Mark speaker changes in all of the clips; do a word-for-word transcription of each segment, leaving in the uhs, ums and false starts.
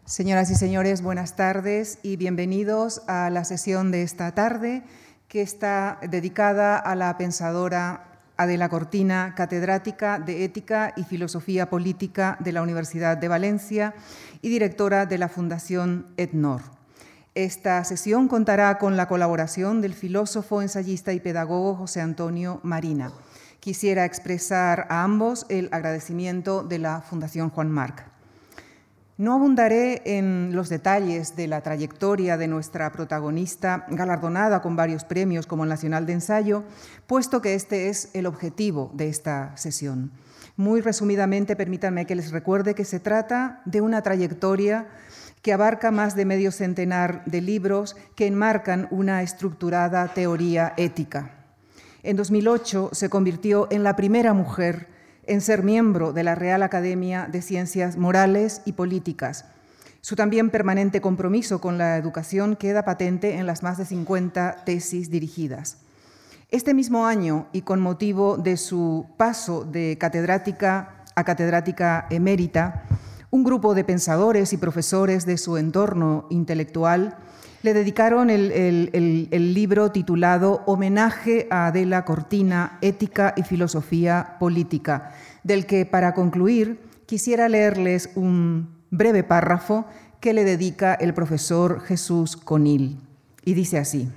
Speaker 1: Señoras y señores, buenas tardes y bienvenidos a la sesión de esta tarde que está dedicada a la pensadora Adela Cortina, catedrática de Ética y Filosofía Política de la Universidad de Valencia y directora de la Fundación ETNOR. Esta sesión contará con la colaboración del filósofo, ensayista y pedagogo José Antonio Marina. Quisiera expresar a ambos el agradecimiento de la Fundación Juan Marc. No abundaré en los detalles de la trayectoria de nuestra protagonista, galardonada con varios premios como el Nacional de Ensayo, puesto que este es el objetivo de esta sesión. Muy resumidamente, permítanme que les recuerde que se trata de una trayectoria que abarca más de medio centenar de libros que enmarcan una estructurada teoría ética. En dos mil ocho se convirtió en la primera mujer en ser miembro de la Real Academia de Ciencias Morales y Políticas. Su también permanente compromiso con la educación queda patente en las más de cincuenta tesis dirigidas. Este mismo año, y con motivo de su paso de catedrática a catedrática emérita, un grupo de pensadores y profesores de su entorno intelectual le dedicaron el, el, el, el libro titulado Homenaje a Adela Cortina, Ética y Filosofía Política, del que, para concluir, quisiera leerles un breve párrafo que le dedica el profesor Jesús Conil. Y dice así: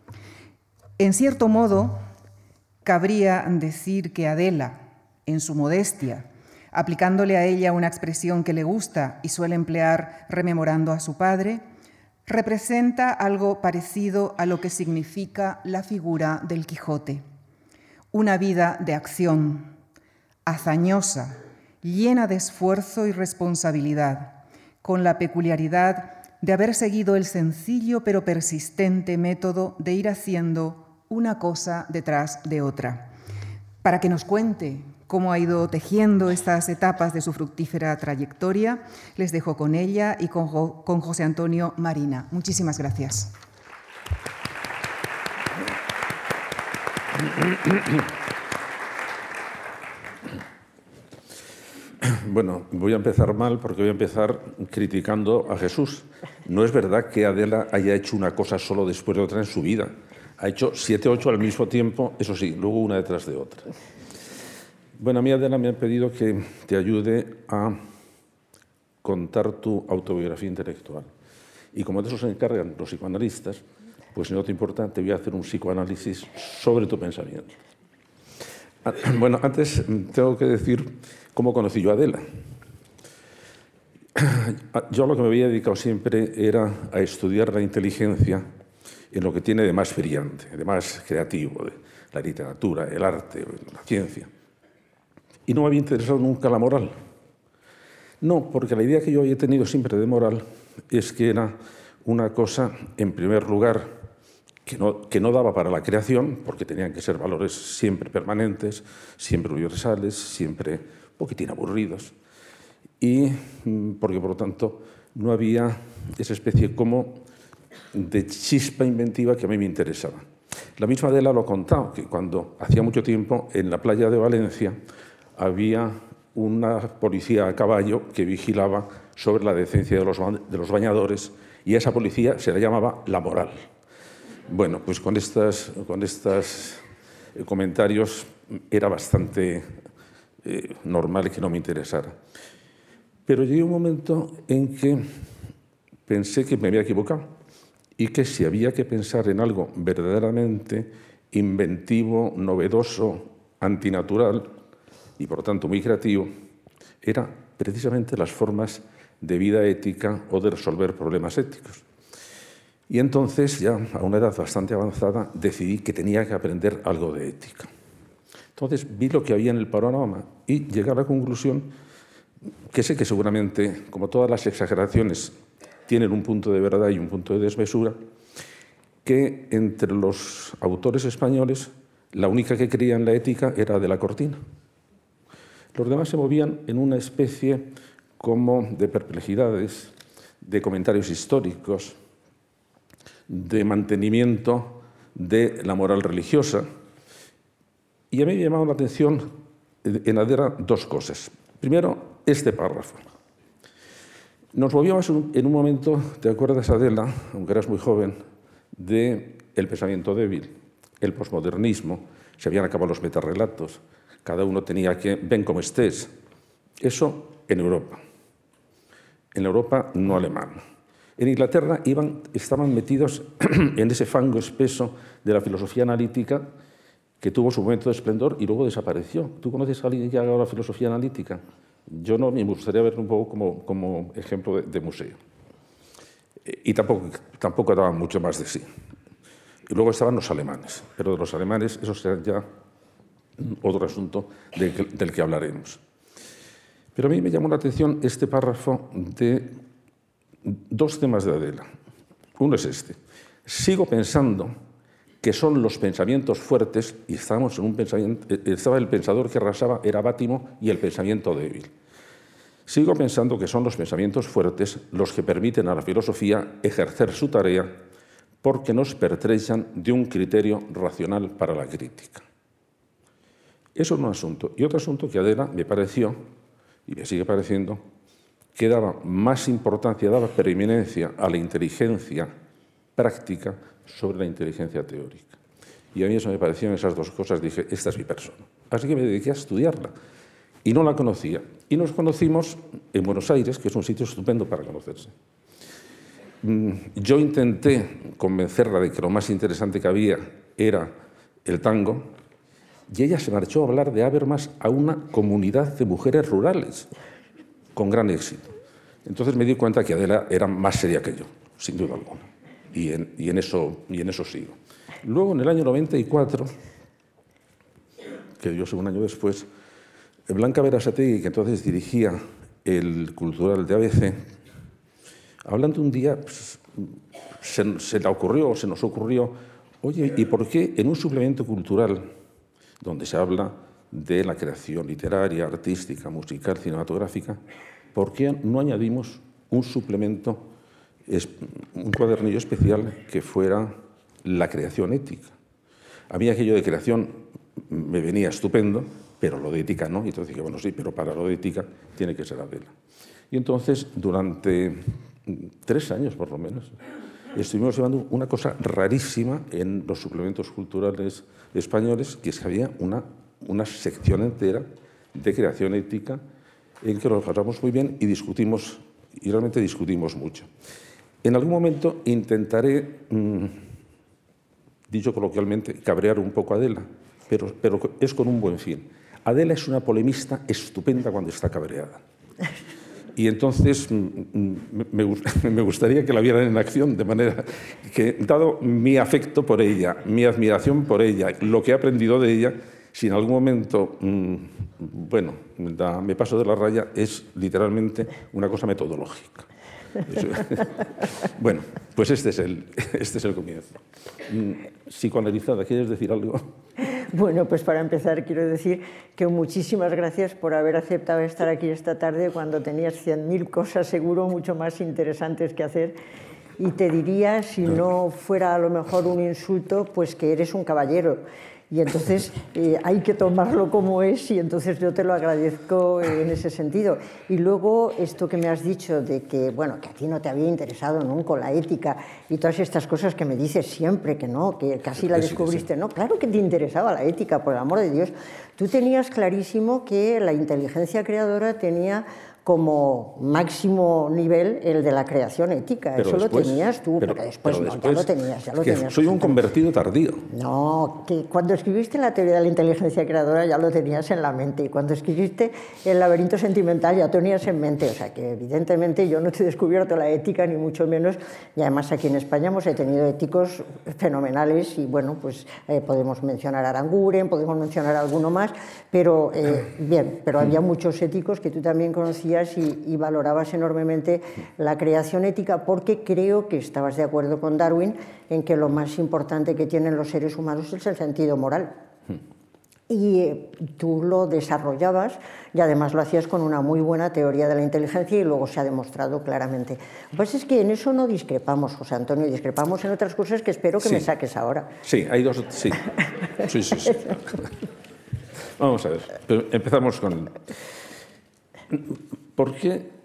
Speaker 1: en cierto modo, cabría decir que Adela, en su modestia, aplicándole a ella una expresión que le gusta y suele emplear rememorando a su padre, representa algo parecido a lo que significa la figura del Quijote. Una vida de acción, hazañosa, llena de esfuerzo y responsabilidad, con la peculiaridad de haber seguido el sencillo pero persistente método de ir haciendo una cosa detrás de otra. Para que nos cuente cómo ha ido tejiendo estas etapas de su fructífera trayectoria, les dejo con ella y con, jo- con José Antonio Marina. Muchísimas gracias.
Speaker 2: Bueno, voy a empezar mal porque voy a empezar criticando a Jesús. No es verdad que Adela haya hecho una cosa solo después de otra en su vida. Ha hecho siete o ocho al mismo tiempo, eso sí, luego una detrás de otra. Bueno, a mí, Adela, me han pedido que te ayude a contar tu autobiografía intelectual. Y como de eso se encargan los psicoanalistas, pues si no te importa, te voy a hacer un psicoanálisis sobre tu pensamiento. Bueno, antes tengo que decir cómo conocí yo a Adela. Yo lo que me había dedicado siempre era a estudiar la inteligencia en lo que tiene de más brillante, de más creativo, de la literatura, el arte, la ciencia. Y no me había interesado nunca la moral. No, porque la idea que yo había tenido siempre de moral es que era una cosa, en primer lugar, que no, que no daba para la creación, porque tenían que ser valores siempre permanentes, siempre universales, siempre un poquitín aburridos, y porque, por lo tanto, no había esa especie como de chispa inventiva que a mí me interesaba. La misma Adela lo ha contado, que cuando hacía mucho tiempo en la playa de Valencia había una policía a caballo que vigilaba sobre la decencia de los, de los bañadores, y a esa policía se la llamaba la moral. Bueno, pues con estos con estas comentarios era bastante eh, normal que no me interesara. Pero llegué a un momento en que pensé que me había equivocado y que si había que pensar en algo verdaderamente inventivo, novedoso, antinatural y por tanto muy creativo, era precisamente las formas de vida ética o de resolver problemas éticos. Y entonces, ya a una edad bastante avanzada, decidí que tenía que aprender algo de ética. Entonces vi lo que había en el panorama y llegué a la conclusión que sé que seguramente, como todas las exageraciones, tienen un punto de verdad y un punto de desmesura, que entre los autores españoles la única que creía en la ética era Adela Cortina. Los demás se movían en una especie como de perplejidades, de comentarios históricos, de mantenimiento de la moral religiosa. Y a mí me llamaron la atención en Adela dos cosas. Primero, este párrafo. Nos movíamos en un momento, ¿te acuerdas, Adela, aunque eras muy joven, del pensamiento débil, el posmodernismo, se habían acabado los metarrelatos, cada uno tenía que, ven como estés. Eso en Europa, en Europa no alemana. En Inglaterra iban, estaban metidos en ese fango espeso de la filosofía analítica que tuvo su momento de esplendor y luego desapareció. ¿Tú conoces a alguien que haga la filosofía analítica? Yo no, me gustaría verlo un poco como, como ejemplo de, de museo. Y tampoco, tampoco daban mucho más de sí. Y luego estaban los alemanes, pero de los alemanes eso será ya otro asunto de que, del que hablaremos. Pero a mí me llamó la atención este párrafo de dos temas de Adela. Uno es este. Sigo pensando que son los pensamientos fuertes, y estábamos en un pensamiento, estaba el pensador que arrasaba, era Bátimo, y el pensamiento débil. Sigo pensando que son los pensamientos fuertes los que permiten a la filosofía ejercer su tarea porque nos pertrechan de un criterio racional para la crítica. Eso es un asunto. Y otro asunto que Adela me pareció, y me sigue pareciendo, que daba más importancia, daba preeminencia a la inteligencia práctica sobre la inteligencia teórica. Y a mí eso me parecieron esas dos cosas, dije, esta es mi persona. Así que me dediqué a estudiarla. Y no la conocía. Y nos conocimos en Buenos Aires, que es un sitio estupendo para conocerse. Yo intenté convencerla de que lo más interesante que había era el tango, y ella se marchó a hablar de Habermas a una comunidad de mujeres rurales, con gran éxito. Entonces me di cuenta que Adela era más seria que yo, sin duda alguna. Y en, y en, eso, y en eso sigo. Luego, en el año noventa y cuatro, que yo sé un año después, Blanca Berasategui, que entonces dirigía el Cultural de A B C, hablando un día, pues, se, se le ocurrió, se nos ocurrió, oye, ¿y por qué en un suplemento cultural, donde se habla de la creación literaria, artística, musical, cinematográfica, por qué no añadimos un suplemento, un cuadernillo especial que fuera la creación ética? A mí aquello de creación me venía estupendo, pero lo de ética no. Y entonces dije, bueno, sí, pero para lo de ética tiene que ser Adela. Y entonces, durante tres años por lo menos, estuvimos llevando una cosa rarísima en los suplementos culturales españoles, que es que había una, una sección entera de creación ética en que nos pasamos muy bien y discutimos, y realmente discutimos mucho. En algún momento intentaré, mmm, dicho coloquialmente, cabrear un poco a Adela, pero, pero es con un buen fin. Adela es una polemista estupenda cuando está cabreada. Y entonces me, me gustaría que la vieran en acción, de manera que, dado mi afecto por ella, mi admiración por ella, lo que he aprendido de ella, si en algún momento, mmm, bueno, da, me paso de la raya, es literalmente una cosa metodológica. Bueno, pues este es el, este es el comienzo. Psicoanalizada, ¿quieres decir algo?
Speaker 3: Bueno, pues para empezar quiero decir que muchísimas gracias por haber aceptado estar aquí esta tarde cuando tenías cien mil cosas seguro mucho más interesantes que hacer. Y te diría, si no fuera a lo mejor un insulto, pues que eres un caballero. Y entonces eh, hay que tomarlo como es, y entonces yo te lo agradezco en ese sentido. Y luego esto que me has dicho de que, bueno, que a ti no te había interesado nunca la ética y todas estas cosas que me dices siempre que no, que casi la descubriste. No, claro que te interesaba la ética, por el amor de Dios. Tú tenías clarísimo que la inteligencia creadora tenía como máximo nivel el de la creación ética.
Speaker 2: Pero
Speaker 3: Eso
Speaker 2: después,
Speaker 3: lo tenías tú,
Speaker 2: pero,
Speaker 3: pero después,
Speaker 2: pero
Speaker 3: no,
Speaker 2: después
Speaker 3: ya lo tenías. Ya lo
Speaker 2: que
Speaker 3: tenías
Speaker 2: soy un convertido tardío.
Speaker 3: No, que cuando escribiste la teoría de la inteligencia creadora ya lo tenías en la mente, y cuando escribiste el laberinto sentimental ya lo tenías en mente. O sea que evidentemente yo no te he descubierto la ética, ni mucho menos, y además aquí en España hemos tenido éticos fenomenales, y bueno, pues eh, podemos mencionar a Aranguren, podemos mencionar a alguno más, pero eh, bien, pero había muchos éticos que tú también conocías y, y valorabas enormemente la creación ética, porque creo que estabas de acuerdo con Darwin en que lo más importante que tienen los seres humanos es el sentido moral. Y eh, tú lo desarrollabas, y además lo hacías con una muy buena teoría de la inteligencia, y luego se ha demostrado claramente. Lo que pasa es que en eso no discrepamos, José Antonio, discrepamos en otras cosas que espero que
Speaker 2: sí.
Speaker 3: me saques ahora.
Speaker 2: Sí, hay dos... Sí, sí, sí. sí. Vamos a ver, pero empezamos con... ¿Por qué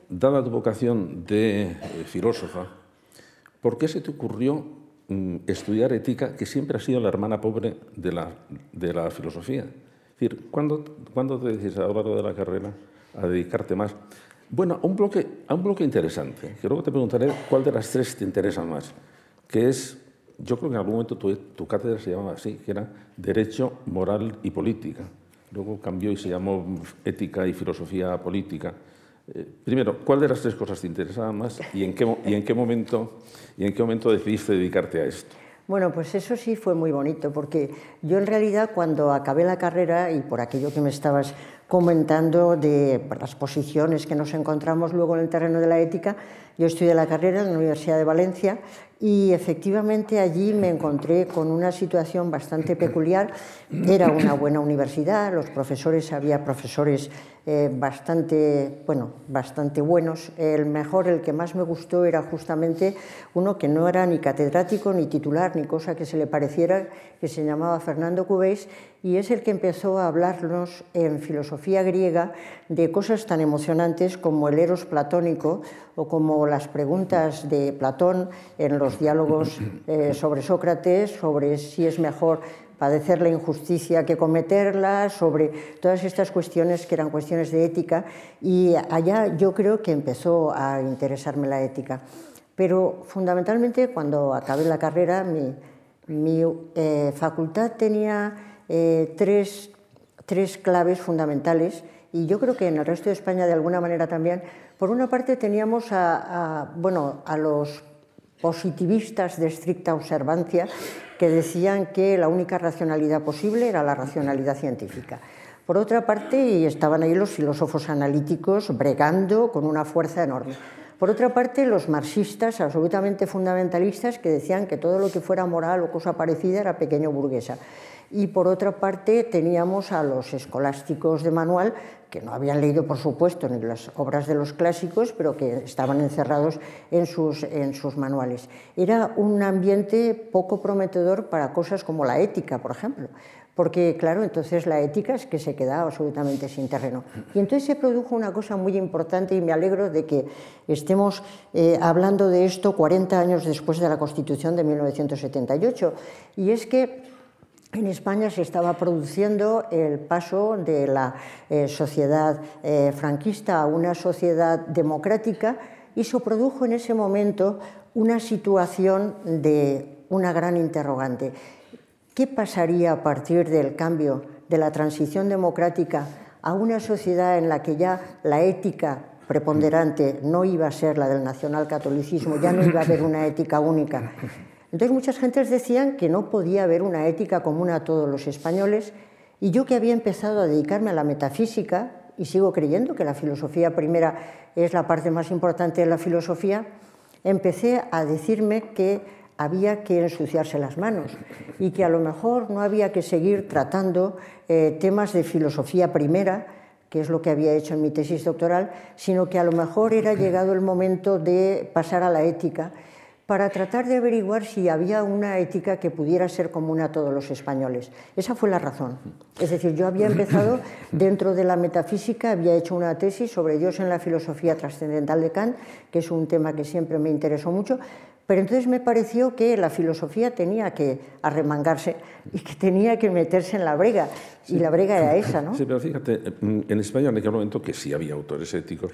Speaker 2: dada tu vocación de eh, filósofa, ¿por qué se te ocurrió mm, estudiar ética, que siempre ha sido la hermana pobre de la, de la filosofía? Es decir, ¿cuándo, ¿cuándo te decides a lo largo de la carrera a dedicarte más? Bueno, a un bloque, a un bloque interesante, que luego te preguntaré cuál de las tres te interesa más, que es, yo creo que en algún momento tu, tu cátedra se llamaba así, que era Derecho, Moral y Política. Luego cambió y se llamó Ética y Filosofía Política. Eh, primero, ¿cuál de las tres cosas te interesaba más y en qué, y en qué momento, y en qué momento decidiste dedicarte a esto?
Speaker 3: Bueno, pues eso sí fue muy bonito, porque yo en realidad cuando acabé la carrera, y por aquello que me estabas comentando de las posiciones que nos encontramos luego en el terreno de la ética, yo estudié la carrera en la Universidad de Valencia y efectivamente allí me encontré con una situación bastante peculiar. Era una buena universidad, los profesores, había profesores eh, bastante, bueno, bastante buenos. El mejor, el que más me gustó era justamente uno que no era ni catedrático, ni titular, ni cosa que se le pareciera, que se llamaba Fernando Cubéis, y es el que empezó a hablarnos en filosofía griega de cosas tan emocionantes como el eros platónico o como las preguntas de Platón en los diálogos eh, sobre Sócrates, sobre si es mejor padecer la injusticia que cometerla, sobre todas estas cuestiones que eran cuestiones de ética, y allá yo creo que empezó a interesarme la ética. Pero fundamentalmente cuando acabé la carrera mi, mi eh, facultad tenía eh, tres, tres claves fundamentales, y yo creo que en el resto de España de alguna manera también. Por una parte teníamos a, a, bueno, a los positivistas de estricta observancia que decían que la única racionalidad posible era la racionalidad científica. Por otra parte, y estaban ahí los filósofos analíticos bregando con una fuerza enorme. Por otra parte, los marxistas absolutamente fundamentalistas que decían que todo lo que fuera moral o cosa parecida era pequeño burguesa. Y por otra parte teníamos a los escolásticos de manual, que no habían leído, por supuesto, ni las obras de los clásicos, pero que estaban encerrados en sus, en sus manuales. Era un ambiente poco prometedor para cosas como la ética, por ejemplo, porque, claro, entonces la ética es que se quedaba absolutamente sin terreno. Y entonces se produjo una cosa muy importante, y me alegro de que estemos eh, hablando de esto cuarenta años después de la Constitución de mil novecientos setenta y ocho, y es que en España se estaba produciendo el paso de la eh, sociedad eh, franquista a una sociedad democrática, y se produjo en ese momento una situación de una gran interrogante. ¿Qué pasaría a partir del cambio de la transición democrática a una sociedad en la que ya la ética preponderante no iba a ser la del nacionalcatolicismo, ya no iba a haber una ética única? Entonces muchas gentes decían que no podía haber una ética común a todos los españoles, y yo, que había empezado a dedicarme a la metafísica, y sigo creyendo que la filosofía primera es la parte más importante de la filosofía, empecé a decirme que había que ensuciarse las manos y que a lo mejor no había que seguir tratando eh, temas de filosofía primera, que es lo que había hecho en mi tesis doctoral, sino que a lo mejor era llegado el momento de pasar a la ética, para tratar de averiguar si había una ética que pudiera ser común a todos los españoles. Esa fue la razón. Es decir, yo había empezado dentro de la metafísica, había hecho una tesis sobre Dios en la filosofía trascendental de Kant, que es un tema que siempre me interesó mucho, pero entonces me pareció que la filosofía tenía que arremangarse y que tenía que meterse en la brega, y sí, la brega era esa, ¿no?
Speaker 2: Sí, pero fíjate, en España en aquel momento, que sí había autores éticos,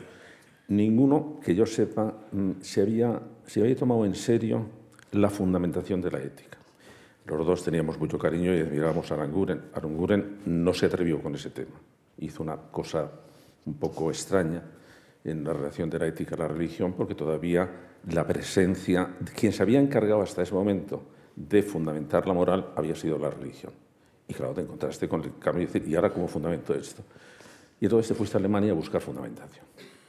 Speaker 2: ninguno que yo sepa se había, se había tomado en serio la fundamentación de la ética. Los dos teníamos mucho cariño y admirábamos a Aranguren. Aranguren no se atrevió con ese tema. Hizo una cosa un poco extraña en la relación de la ética a la religión, porque todavía la presencia, quien se había encargado hasta ese momento de fundamentar la moral había sido la religión. Y claro, te encontraste con el cambio de decir, ¿y ahora cómo fundamento esto? Y entonces te fuiste a Alemania a buscar fundamentación.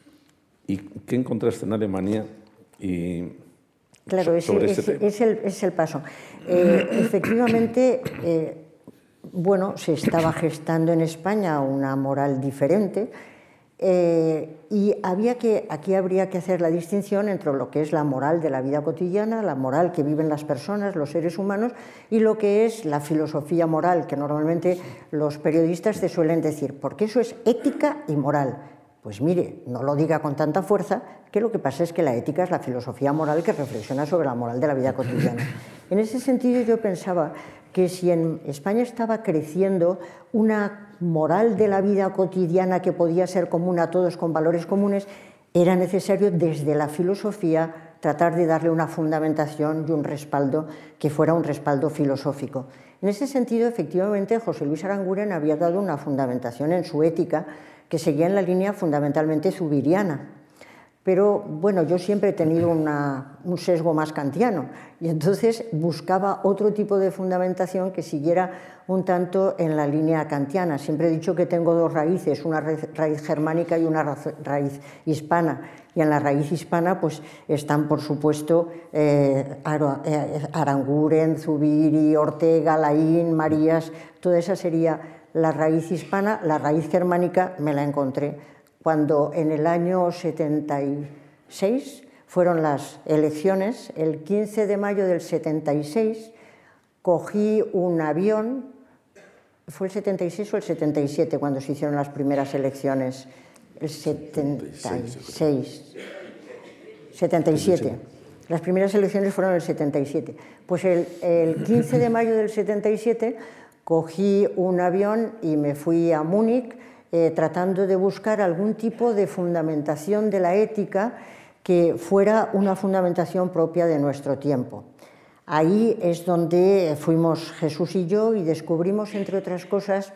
Speaker 2: ¿Y qué encontraste en Alemania? Y
Speaker 3: claro, es,
Speaker 2: sobre
Speaker 3: es,
Speaker 2: este tema?
Speaker 3: Es, el, es el paso. Eh, efectivamente, eh, bueno, se estaba gestando en España una moral diferente, eh, y había que, aquí habría que hacer la distinción entre lo que es la moral de la vida cotidiana, la moral que viven las personas, los seres humanos, y lo que es la filosofía moral, que normalmente los periodistas te suelen decir, porque eso es ética y moral. Pues mire, no lo diga con tanta fuerza, que lo que pasa es que la ética es la filosofía moral que reflexiona sobre la moral de la vida cotidiana. En ese sentido yo pensaba que si en España estaba creciendo una moral de la vida cotidiana que podía ser común a todos con valores comunes, era necesario desde la filosofía tratar de darle una fundamentación y un respaldo que fuera un respaldo filosófico. En ese sentido, efectivamente, José Luis Aranguren había dado una fundamentación en su ética que seguía en la línea fundamentalmente zubiriana. Pero bueno, yo siempre he tenido una, un sesgo más kantiano y entonces buscaba otro tipo de fundamentación que siguiera un tanto en la línea kantiana. Siempre he dicho que tengo dos raíces, una raíz germánica y una raíz hispana. Y en la raíz hispana pues están, por supuesto, eh, Aranguren, Zubiri, Ortega, Laín, Marías, toda esa sería la raíz hispana. La raíz germánica me la encontré cuando en el año setenta y seis fueron las elecciones. El quince de mayo del setenta y seis cogí un avión, ¿fue el setenta y seis o el setenta y siete cuando se hicieron las primeras elecciones? El setenta y seis, setenta y siete. Las primeras elecciones fueron el setenta y siete. Pues el, el quince de mayo del setenta y siete cogí un avión y me fui a Múnich eh, tratando de buscar algún tipo de fundamentación de la ética que fuera una fundamentación propia de nuestro tiempo. Ahí es donde fuimos Jesús y yo y descubrimos, entre otras cosas,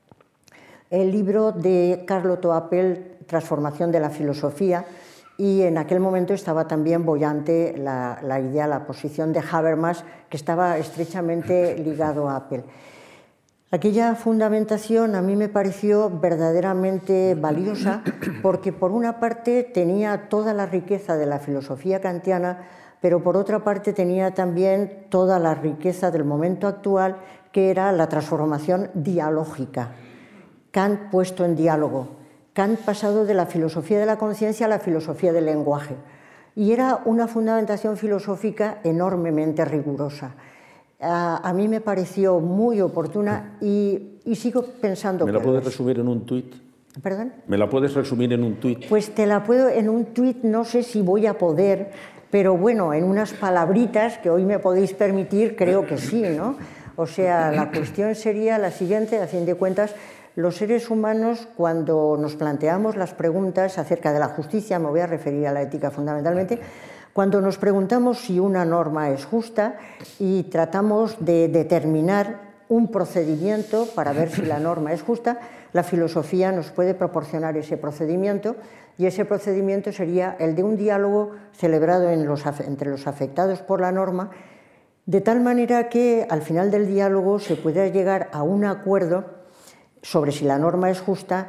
Speaker 3: el libro de Carlo Toapel, Transformación de la filosofía, y en aquel momento estaba también bollante la, la idea, la posición de Habermas, que estaba estrechamente ligado a Apple. Aquella fundamentación a mí me pareció verdaderamente valiosa porque por una parte tenía toda la riqueza de la filosofía kantiana, pero por otra parte tenía también toda la riqueza del momento actual, que era la transformación dialógica. Kant puesto en diálogo, Kant pasado de la filosofía de la conciencia a la filosofía del lenguaje. Y era una fundamentación filosófica enormemente rigurosa. A, a mí me pareció muy oportuna y, y sigo pensando...
Speaker 2: ¿Me la puedes resumir en un tuit?
Speaker 3: ¿Perdón?
Speaker 2: ¿Me la puedes resumir en un tuit?
Speaker 3: Pues te la puedo en un tuit, no sé si voy a poder, pero bueno, en unas palabritas que hoy me podéis permitir, creo que sí, ¿no? O sea, la cuestión sería la siguiente, a fin de cuentas. Los seres humanos, cuando nos planteamos las preguntas acerca de la justicia, me voy a referir a la ética fundamentalmente, cuando nos preguntamos si una norma es justa y tratamos de determinar un procedimiento para ver si la norma es justa, la filosofía nos puede proporcionar ese procedimiento y ese procedimiento sería el de un diálogo celebrado en los, entre los afectados por la norma, de tal manera que al final del diálogo se pueda llegar a un acuerdo sobre si la norma es justa,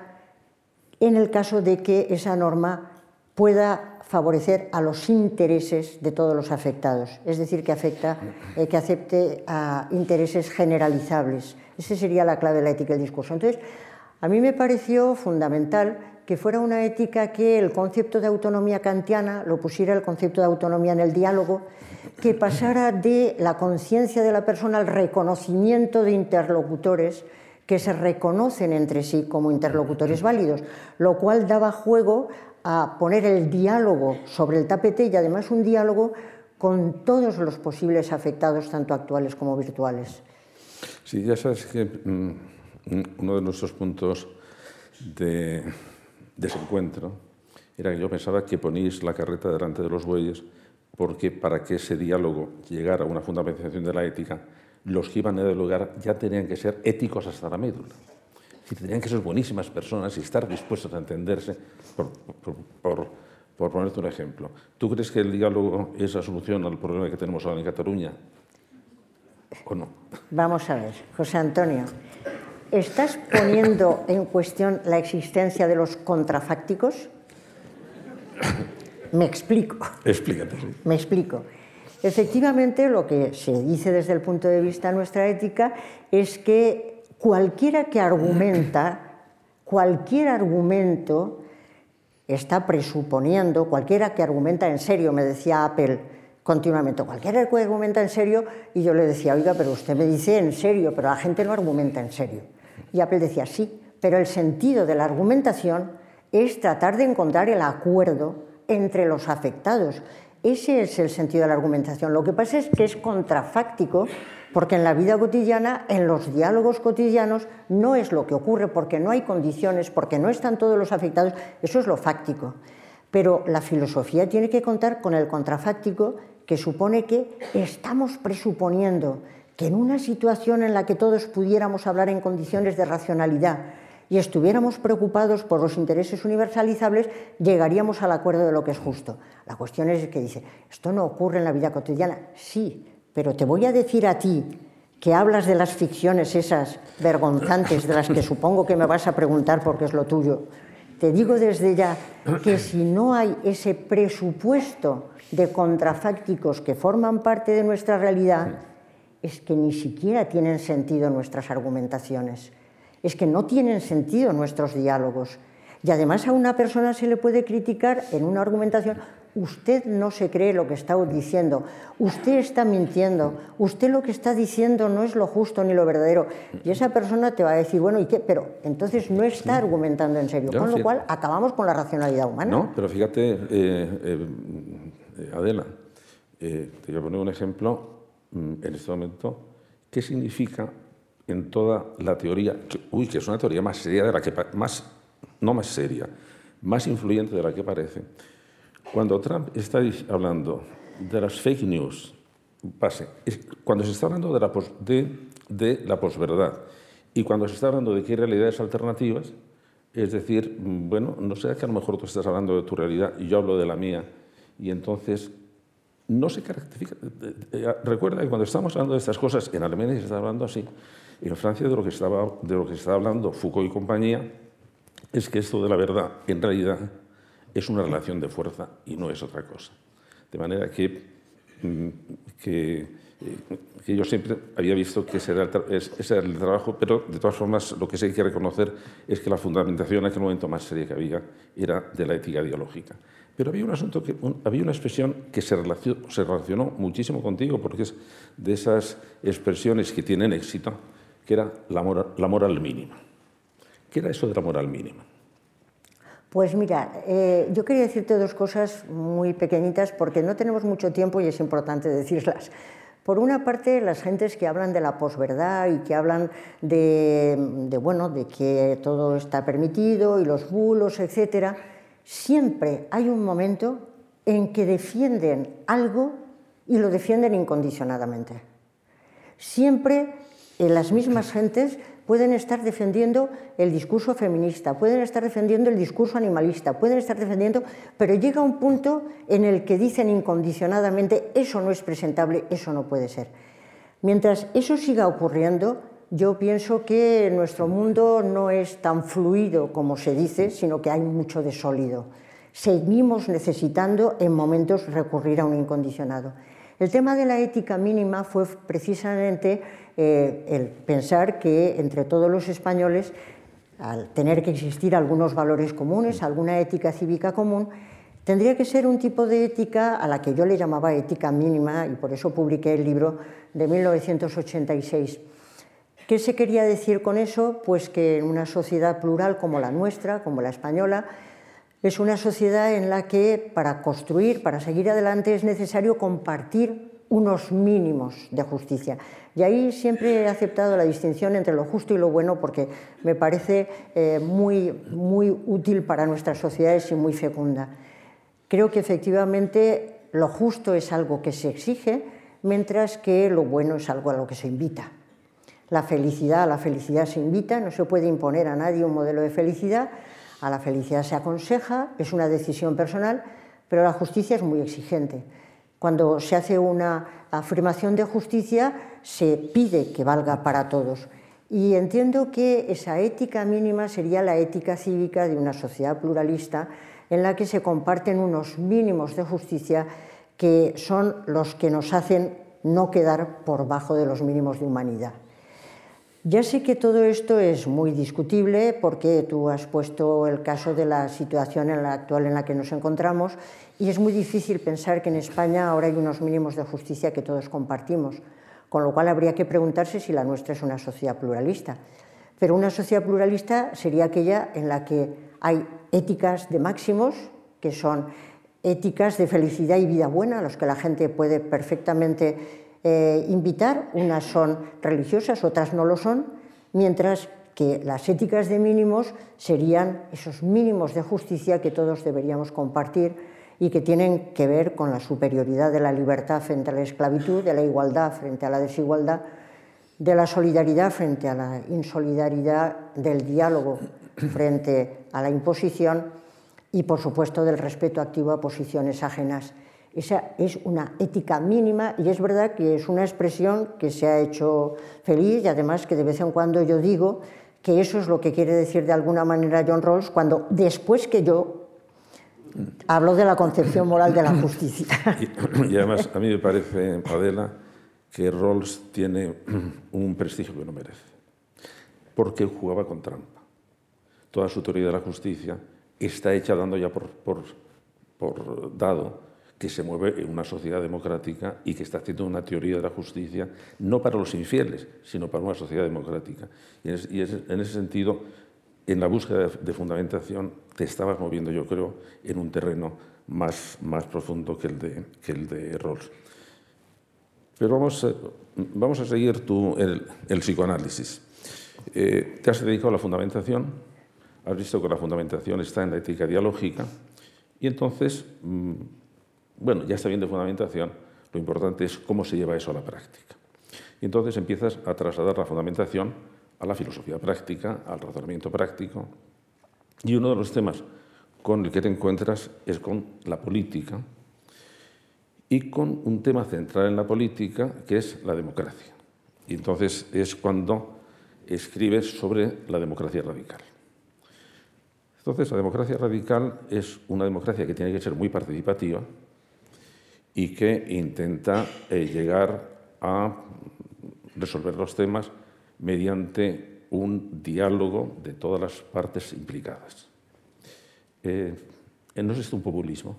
Speaker 3: en el caso de que esa norma pueda favorecer a los intereses de todos los afectados, es decir, que, afecta, eh, que acepte a intereses generalizables. Esa sería la clave de la ética del discurso. Entonces, a mí me pareció fundamental que fuera una ética que el concepto de autonomía kantiana lo pusiera el concepto de autonomía en el diálogo, que pasara de la conciencia de la persona al reconocimiento de interlocutores que se reconocen entre sí como interlocutores válidos, lo cual daba juego a poner el diálogo sobre el tapete y además un diálogo con todos los posibles afectados, tanto actuales como virtuales.
Speaker 2: Sí, ya sabes que mmm, uno de nuestros puntos de desencuentro era que yo pensaba que ponéis la carreta delante de los bueyes porque para que ese diálogo llegara a una fundamentación de la ética, los que iban a dialogar ya tenían que ser éticos hasta la médula. Y tenían que ser buenísimas personas y estar dispuestos a entenderse, por, por, por, por ponerte un ejemplo. ¿Tú crees que el diálogo es la solución al problema que tenemos ahora en Cataluña? ¿O no?
Speaker 3: Vamos a ver, José Antonio, ¿estás poniendo en cuestión la existencia de los contrafácticos? Me explico.
Speaker 2: Explícate. Sí.
Speaker 3: Me explico. Efectivamente, lo que se dice desde el punto de vista de nuestra ética es que cualquiera que argumenta, cualquier argumento está presuponiendo, cualquiera que argumenta en serio, me decía Apple continuamente, cualquiera que argumenta en serio, y yo le decía, oiga, pero usted me dice en serio, pero la gente no argumenta en serio. Y Apple decía, sí, pero el sentido de la argumentación es tratar de encontrar el acuerdo entre los afectados. Ese es el sentido de la argumentación. Lo que pasa es que es contrafáctico, porque en la vida cotidiana, en los diálogos cotidianos, no es lo que ocurre, porque no hay condiciones, porque no están todos los afectados. Eso es lo fáctico. Pero la filosofía tiene que contar con el contrafáctico, que supone que estamos presuponiendo que en una situación en la que todos pudiéramos hablar en condiciones de racionalidad y estuviéramos preocupados por los intereses universalizables, llegaríamos al acuerdo de lo que es justo. La cuestión es que dice, esto no ocurre en la vida cotidiana. Sí, pero te voy a decir a ti, que hablas de las ficciones esas vergonzantes, de las que supongo que me vas a preguntar porque es lo tuyo, te digo desde ya que si no hay ese presupuesto de contrafácticos que forman parte de nuestra realidad, es que ni siquiera tienen sentido nuestras argumentaciones, es que no tienen sentido nuestros diálogos. Y además a una persona se le puede criticar en una argumentación, usted no se cree lo que está diciendo, usted está mintiendo, usted lo que está diciendo no es lo justo ni lo verdadero. Y esa persona te va a decir, bueno, ¿y qué? Pero entonces no está sí. argumentando en serio, no, con lo sí. cual acabamos con la racionalidad humana.
Speaker 2: No, pero fíjate, eh, eh, Adela, eh, te voy a poner un ejemplo en este momento. ¿Qué significa en toda la teoría, que, uy, que es una teoría más seria de la que, más, no más seria, más influyente de la que parece? Cuando Trump está hablando de las fake news, pase, cuando se está hablando de la, pos, de, de la posverdad y cuando se está hablando de que hay realidades alternativas, es decir, bueno, no sé, que a lo mejor tú estás hablando de tu realidad y yo hablo de la mía, y entonces no se caracteriza. Recuerda que cuando estamos hablando de estas cosas, en Alemania se está hablando así, en Francia de lo que estaba, de lo que se está hablando Foucault y compañía, es que esto de la verdad, en realidad, es una relación de fuerza y no es otra cosa. De manera que, que, que yo siempre había visto que ese era, el, ese era el trabajo, pero de todas formas lo que sí hay que reconocer es que la fundamentación en aquel momento más seria que había era de la ética ideológica. Pero había un asunto, que, un, había una expresión que se relacionó, se relacionó muchísimo contigo, porque es de esas expresiones que tienen éxito, que era la moral, la moral mínima. ¿Qué era eso de la moral mínima?
Speaker 3: Pues mira, eh, yo quería decirte dos cosas muy pequeñitas porque no tenemos mucho tiempo y es importante decirlas. Por una parte, las gentes que hablan de la posverdad y que hablan de, de, bueno, de que todo está permitido y los bulos, etcétera, siempre hay un momento en que defienden algo y lo defienden incondicionadamente. Siempre eh, las mismas gentes pueden estar defendiendo el discurso feminista, pueden estar defendiendo el discurso animalista, pueden estar defendiendo, pero llega un punto en el que dicen incondicionadamente eso no es presentable, eso no puede ser. Mientras eso siga ocurriendo, yo pienso que nuestro mundo no es tan fluido como se dice, sino que hay mucho de sólido. Seguimos necesitando en momentos recurrir a un incondicionado. El tema de la ética mínima fue precisamente eh, el pensar que entre todos los españoles, al tener que existir algunos valores comunes, alguna ética cívica común, tendría que ser un tipo de ética a la que yo le llamaba ética mínima, y por eso publiqué el libro de mil novecientos ochenta y seis. ¿Qué se quería decir con eso? Pues que en una sociedad plural como la nuestra, como la española, es una sociedad en la que para construir, para seguir adelante, es necesario compartir unos mínimos de justicia. Y ahí siempre he aceptado la distinción entre lo justo y lo bueno porque me parece eh, muy, muy útil para nuestras sociedades y muy fecunda. Creo que efectivamente lo justo es algo que se exige, mientras que lo bueno es algo a lo que se invita. La felicidad, a la felicidad se invita, no se puede imponer a nadie un modelo de felicidad. A la felicidad se aconseja, es una decisión personal, pero la justicia es muy exigente. Cuando se hace una afirmación de justicia, se pide que valga para todos. Y entiendo que esa ética mínima sería la ética cívica de una sociedad pluralista en la que se comparten unos mínimos de justicia que son los que nos hacen no quedar por bajo de los mínimos de humanidad. Ya sé que todo esto es muy discutible porque tú has puesto el caso de la situación en la actual en la que nos encontramos y es muy difícil pensar que en España ahora hay unos mínimos de justicia que todos compartimos, con lo cual habría que preguntarse si la nuestra es una sociedad pluralista. Pero una sociedad pluralista sería aquella en la que hay éticas de máximos, que son éticas de felicidad y vida buena, a los que la gente puede perfectamente eh, invitar. Unas son religiosas, otras no lo son, mientras que las éticas de mínimos serían esos mínimos de justicia que todos deberíamos compartir y que tienen que ver con la superioridad de la libertad frente a la esclavitud, de la igualdad frente a la desigualdad, de la solidaridad frente a la insolidaridad, del diálogo frente a la imposición y, por supuesto, del respeto activo a posiciones ajenas. Esa es una ética mínima y es verdad que es una expresión que se ha hecho feliz y además que de vez en cuando yo digo que eso es lo que quiere decir de alguna manera John Rawls cuando después que yo hablo de la concepción moral de la justicia.
Speaker 2: Y, y además a mí me parece, Adela, que Rawls tiene un prestigio que no merece, porque jugaba con trampa. Toda su teoría de la justicia está hecha dando ya por, por, por dado que se mueve en una sociedad democrática y que está haciendo una teoría de la justicia no para los infieles, sino para una sociedad democrática. Y, es, y es, en ese sentido, en la búsqueda de, de fundamentación, te estabas moviendo, yo creo, en un terreno más, más profundo que el de, que el de Rawls. Pero vamos a, vamos a seguir tu, el, el psicoanálisis. Eh, te has dedicado a la fundamentación, has visto que la fundamentación está en la ética dialógica, y entonces, mmm, bueno, ya está bien de fundamentación, lo importante es cómo se lleva eso a la práctica. Y entonces empiezas a trasladar la fundamentación a la filosofía práctica, al razonamiento práctico, y uno de los temas con el que te encuentras es con la política, y con un tema central en la política, que es la democracia. Y entonces es cuando escribes sobre la democracia radical. Entonces, la democracia radical es una democracia que tiene que ser muy participativa y que intenta eh, llegar a resolver los temas mediante un diálogo de todas las partes implicadas. Eh, ¿No es esto un populismo?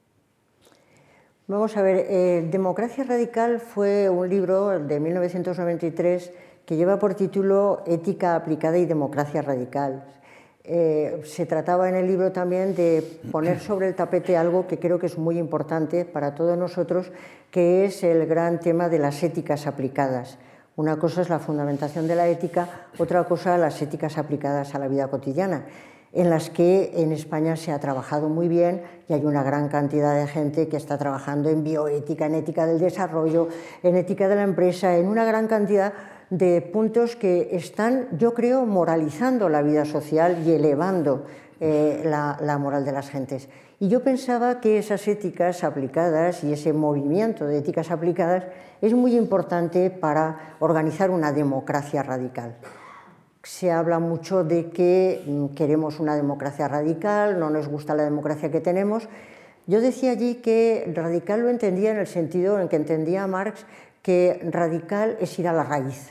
Speaker 3: Vamos a ver, eh, Democracia Radical fue un libro de mil novecientos noventa y tres que lleva por título Ética aplicada y democracia radical. Eh, se trataba en el libro también de poner sobre el tapete algo que creo que es muy importante para todos nosotros, que es el gran tema de las éticas aplicadas. Una cosa es la fundamentación de la ética, otra cosa las éticas aplicadas a la vida cotidiana, en las que en España se ha trabajado muy bien y hay una gran cantidad de gente que está trabajando en bioética, en ética del desarrollo, en ética de la empresa, en una gran cantidad de puntos que están, yo creo, moralizando la vida social y elevando eh, la, la moral de las gentes. Y yo pensaba que esas éticas aplicadas y ese movimiento de éticas aplicadas es muy importante para organizar una democracia radical. Se habla mucho de que queremos una democracia radical, no nos gusta la democracia que tenemos. Yo decía allí que radical lo entendía en el sentido en que entendía Marx que radical es ir a la raíz.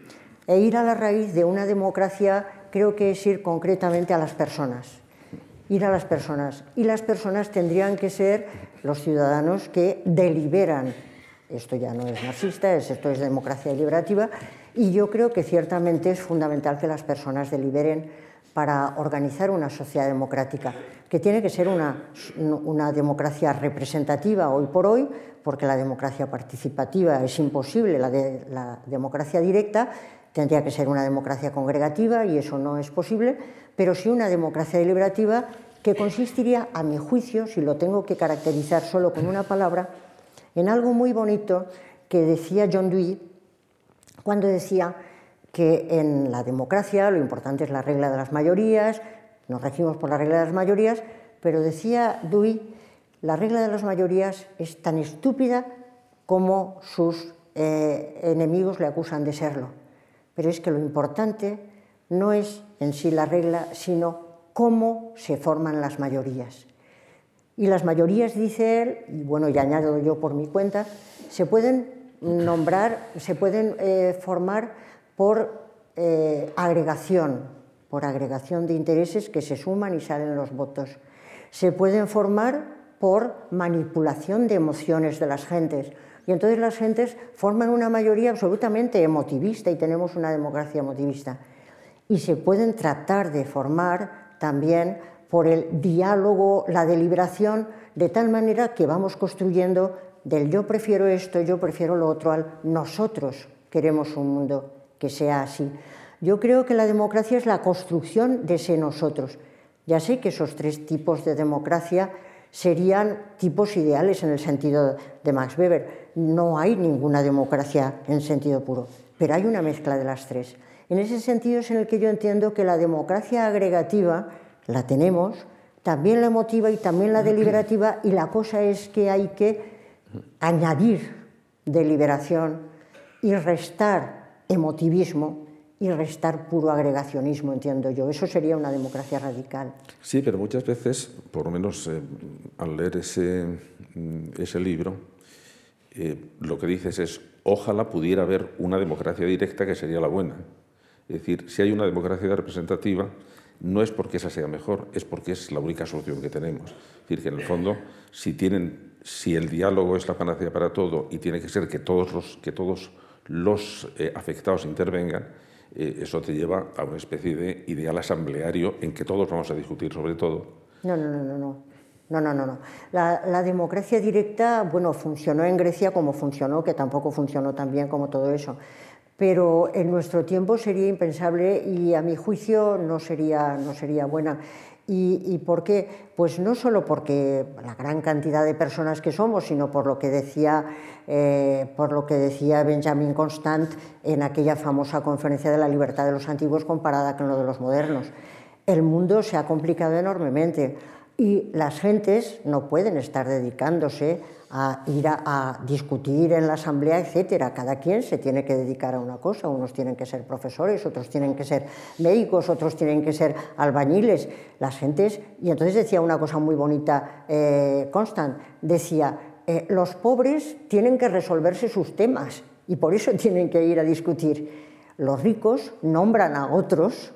Speaker 3: E ir a la raíz de una democracia creo que es ir concretamente a las personas. Ir a las personas. Y las personas tendrían que ser los ciudadanos que deliberan. Esto ya no es marxista, esto es democracia deliberativa. Y yo creo que ciertamente es fundamental que las personas deliberen para organizar una sociedad democrática, que tiene que ser una, una democracia representativa hoy por hoy, porque la democracia participativa es imposible, la, de, la democracia directa tendría que ser una democracia congregativa y eso no es posible, pero sí una democracia deliberativa que consistiría, a mi juicio, si lo tengo que caracterizar solo con una palabra, en algo muy bonito que decía John Dewey cuando decía que en la democracia lo importante es la regla de las mayorías, nos regimos por la regla de las mayorías, pero decía Dewey, la regla de las mayorías es tan estúpida como sus eh, enemigos le acusan de serlo. Pero es que lo importante no es en sí la regla, sino cómo se forman las mayorías. Y las mayorías, dice él, y bueno, ya añado yo por mi cuenta, se pueden nombrar, se pueden eh, formar por eh, agregación, por agregación de intereses que se suman y salen los votos. Se pueden formar por manipulación de emociones de las gentes. Y entonces las gentes forman una mayoría absolutamente emotivista y tenemos una democracia emotivista. y se pueden tratar de formar también por el diálogo, la deliberación, de tal manera que vamos construyendo del yo prefiero esto, yo prefiero lo otro, al nosotros queremos un mundo que sea así. Yo creo que la democracia es la construcción de ese nosotros. Ya sé que esos tres tipos de democracia serían tipos ideales en el sentido de Max Weber. No hay ninguna democracia en sentido puro, pero hay una mezcla de las tres. En ese sentido es en el que yo entiendo que la democracia agregativa la tenemos, también la emotiva y también la deliberativa, y la cosa es que hay que añadir deliberación y restar emotivismo y restar puro agregacionismo, entiendo yo. Eso sería una democracia radical.
Speaker 2: Sí, pero muchas veces, por lo menos eh, al leer ese, ese libro, eh, lo que dices es, ojalá pudiera haber una democracia directa que sería la buena. Es decir, si hay una democracia representativa, no es porque esa sea mejor, es porque es la única solución que tenemos. Es decir, que en el fondo, si, tienen, si el diálogo es la panacea para todo y tiene que ser que todos los, que todos los eh, afectados intervengan, eh, eso te lleva a una especie de ideal asambleario en que todos vamos a discutir sobre todo.
Speaker 3: No, no, no, no, no. No, no, no, no. La, la democracia directa, bueno, funcionó en Grecia como funcionó, que tampoco funcionó tan bien como todo eso. Pero en nuestro tiempo sería impensable y a mi juicio no sería, no sería buena. ¿Y, ¿Y por qué? Pues no solo porque la gran cantidad de personas que somos, sino por lo que decía, eh, por lo que decía Benjamin Constant en aquella famosa conferencia de la libertad de los antiguos comparada con lo de los modernos. El mundo se ha complicado enormemente y las gentes no pueden estar dedicándose a ir a, a discutir en la asamblea, etcétera. Cada quien se tiene que dedicar a una cosa. Unos tienen que ser profesores, otros tienen que ser médicos, otros tienen que ser albañiles. Las gentes... Y entonces decía una cosa muy bonita, eh, Constant, decía, eh, los pobres tienen que resolverse sus temas y por eso tienen que ir a discutir. Los ricos nombran a otros,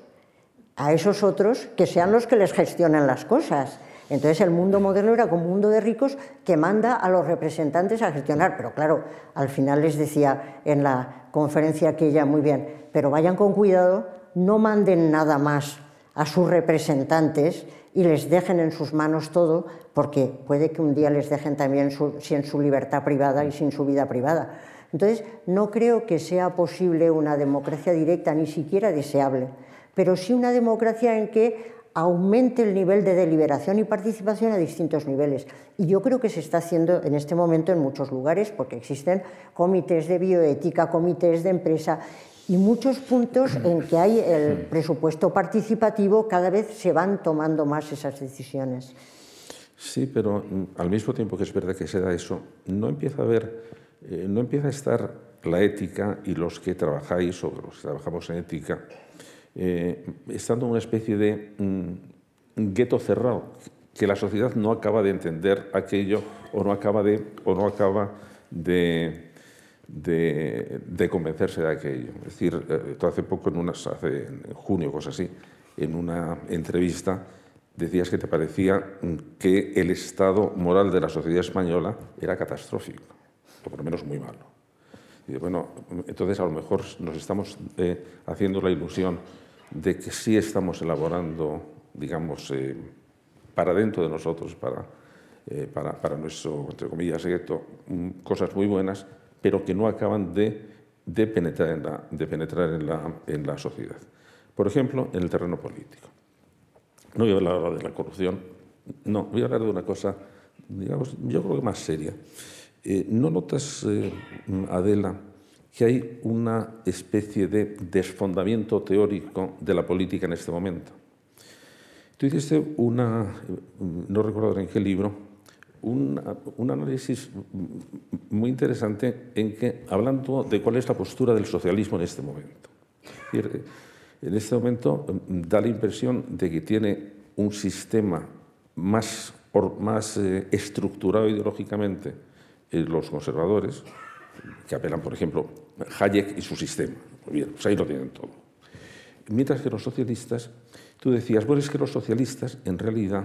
Speaker 3: a esos otros, que sean los que les gestionen las cosas. Entonces el mundo moderno era como un mundo de ricos que manda a los representantes a gestionar, pero claro, al final les decía en la conferencia aquella, muy bien, pero vayan con cuidado, no manden nada más a sus representantes y les dejen en sus manos todo, porque puede que un día les dejen también su, sin su libertad privada y sin su vida privada. Entonces no creo que sea posible una democracia directa, ni siquiera deseable, pero sí una democracia en que aumente el nivel de deliberación y participación a distintos niveles. Y yo creo que se está haciendo en este momento en muchos lugares, porque existen comités de bioética, comités de empresa y muchos puntos en que hay el presupuesto participativo, cada vez se van tomando más esas decisiones.
Speaker 2: Sí, pero al mismo tiempo que es verdad que se da eso, no empieza a haber, eh, no empieza a estar la ética y los que trabajáis o los que trabajamos en ética, Eh, estando en una especie de mm, gueto cerrado, que la sociedad no acaba de entender aquello o no acaba de, o no acaba de, de, de convencerse de aquello. Es decir, eh, tú hace poco, en, unas, hace, en junio, cosas así, en una entrevista decías que te parecía que el estado moral de la sociedad española era catastrófico, o por lo menos muy malo. Y bueno, entonces a lo mejor nos estamos eh, haciendo la ilusión de que sí estamos elaborando, digamos, eh, para dentro de nosotros, para, eh, para, para nuestro, entre comillas, secreto, cosas muy buenas, pero que no acaban de, de penetrar, en la, de penetrar en, la, en la sociedad. Por ejemplo, en el terreno político. No voy a hablar ahora de la corrupción, no, voy a hablar de una cosa, digamos, yo creo que más seria. Eh, ¿No notas, eh, Adela, que hay una especie de desfondamiento teórico de la política en este momento? Tú hiciste una, no recuerdo en qué libro, un, un análisis muy interesante en que, hablando de cuál es la postura del socialismo en este momento. Es decir, en este momento da la impresión de que tiene un sistema más, más eh, estructurado ideológicamente eh, los conservadores, que apelan, por ejemplo, Hayek y su sistema. Muy bien, pues ahí lo tienen todo. Mientras que los socialistas, tú decías, bueno, es que los socialistas, en realidad,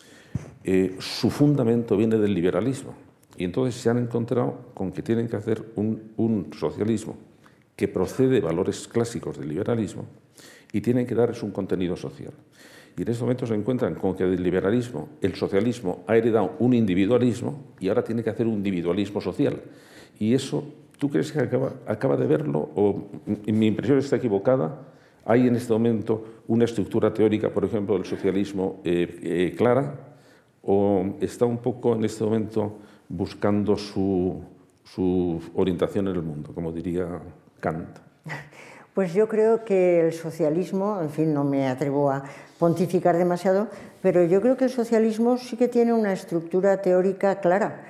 Speaker 2: eh, su fundamento viene del liberalismo. Y entonces se han encontrado con que tienen que hacer un, un socialismo que procede de valores clásicos del liberalismo y tienen que darles un contenido social. Y en este momento se encuentran con que el liberalismo, el socialismo, ha heredado un individualismo y ahora tiene que hacer un individualismo social. Y eso, ¿tú crees que acaba, acaba de verlo? ¿O mi impresión está equivocada? ¿Hay en este momento una estructura teórica, por ejemplo, del socialismo eh, eh, clara? ¿O está un poco en este momento buscando su, su orientación en el mundo, como diría Kant?
Speaker 3: Pues yo creo que el socialismo, en fin, no me atrevo a pontificar demasiado, pero yo creo que el socialismo sí que tiene una estructura teórica clara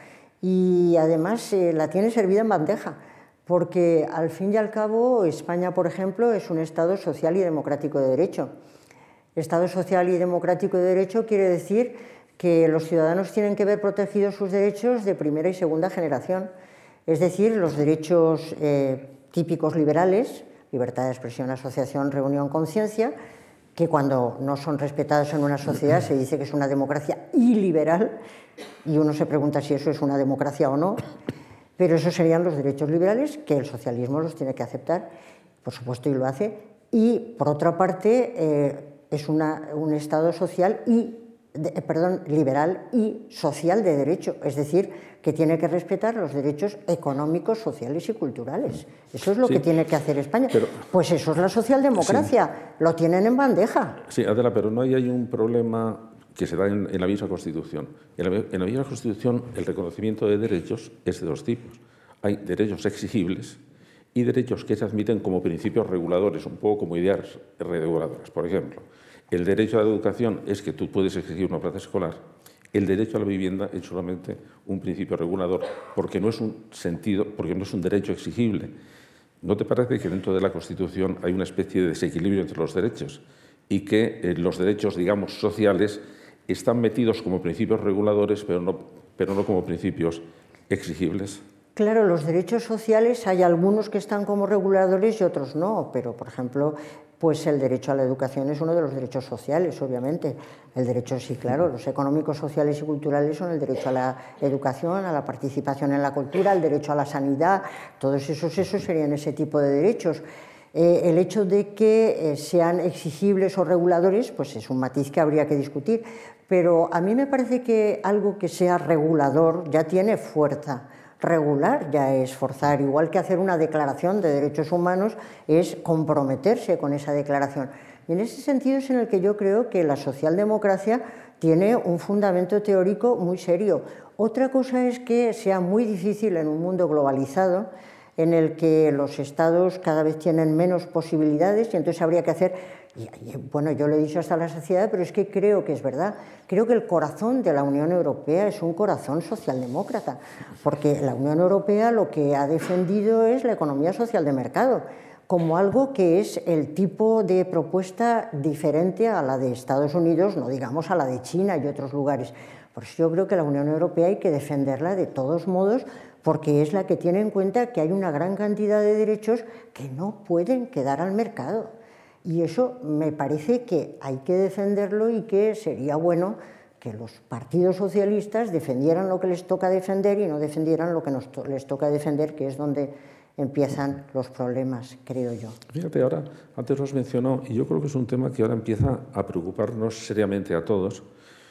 Speaker 3: y además eh, la tiene servida en bandeja, porque al fin y al cabo España, por ejemplo, es un Estado social y democrático de derecho. Estado social y democrático de derecho quiere decir que los ciudadanos tienen que ver protegidos sus derechos de primera y segunda generación, es decir, los derechos eh, típicos liberales, libertad de expresión, asociación, reunión, conciencia, que cuando no son respetados en una sociedad se dice que es una democracia iliberal y uno se pregunta si eso es una democracia o no, pero esos serían los derechos liberales que el socialismo los tiene que aceptar, por supuesto, y lo hace. Y, por otra parte, eh, es una, un Estado social y, de, perdón, liberal y social de derecho, es decir, que tiene que respetar los derechos económicos, sociales y culturales. Eso es lo sí, que tiene que hacer España. Pero, pues eso es la socialdemocracia, sí. Lo tienen en bandeja.
Speaker 2: Sí, Adela, pero no hay, hay un problema que se da en, en la misma Constitución. En la, en la misma Constitución el reconocimiento de derechos es de dos tipos. Hay derechos exigibles y derechos que se admiten como principios reguladores, un poco como ideas reguladoras. Por ejemplo, el derecho a la educación es que tú puedes exigir una plaza escolar. El derecho a la vivienda es solamente un principio regulador porque no es un sentido, porque no es un derecho exigible. ¿No te parece que dentro de la Constitución hay una especie de desequilibrio entre los derechos y que eh, los derechos, digamos, sociales están metidos como principios reguladores, pero no, pero no como principios exigibles?
Speaker 3: Claro, los derechos sociales hay algunos que están como reguladores y otros no, pero, por ejemplo, pues el derecho a la educación es uno de los derechos sociales, obviamente. El derecho, sí, claro, los económicos, sociales y culturales son el derecho a la educación, a la participación en la cultura, el derecho a la sanidad, todos esos, esos serían ese tipo de derechos. Eh, el hecho de que eh, sean exigibles o reguladores, pues es un matiz que habría que discutir, pero a mí me parece que algo que sea regulador ya tiene fuerza. Regular ya es forzar, igual que hacer una declaración de derechos humanos es comprometerse con esa declaración. Y en ese sentido es en el que yo creo que la socialdemocracia tiene un fundamento teórico muy serio. Otra cosa es que sea muy difícil en un mundo globalizado en el que los estados cada vez tienen menos posibilidades y entonces habría que hacer... Y, bueno, yo lo he dicho hasta la saciedad, pero es que creo que es verdad. Creo que el corazón de la Unión Europea es un corazón socialdemócrata, porque la Unión Europea lo que ha defendido es la economía social de mercado, como algo que es el tipo de propuesta diferente a la de Estados Unidos, no digamos a la de China y otros lugares. Por eso yo creo que la Unión Europea hay que defenderla de todos modos, porque es la que tiene en cuenta que hay una gran cantidad de derechos que no pueden quedar al mercado. Y eso me parece que hay que defenderlo y que sería bueno que los partidos socialistas defendieran lo que les toca defender y no defendieran lo que nos to- les toca defender, que es donde empiezan los problemas, creo yo.
Speaker 2: Fíjate, ahora, antes lo has mencionado, y yo creo que es un tema que ahora empieza a preocuparnos seriamente a todos,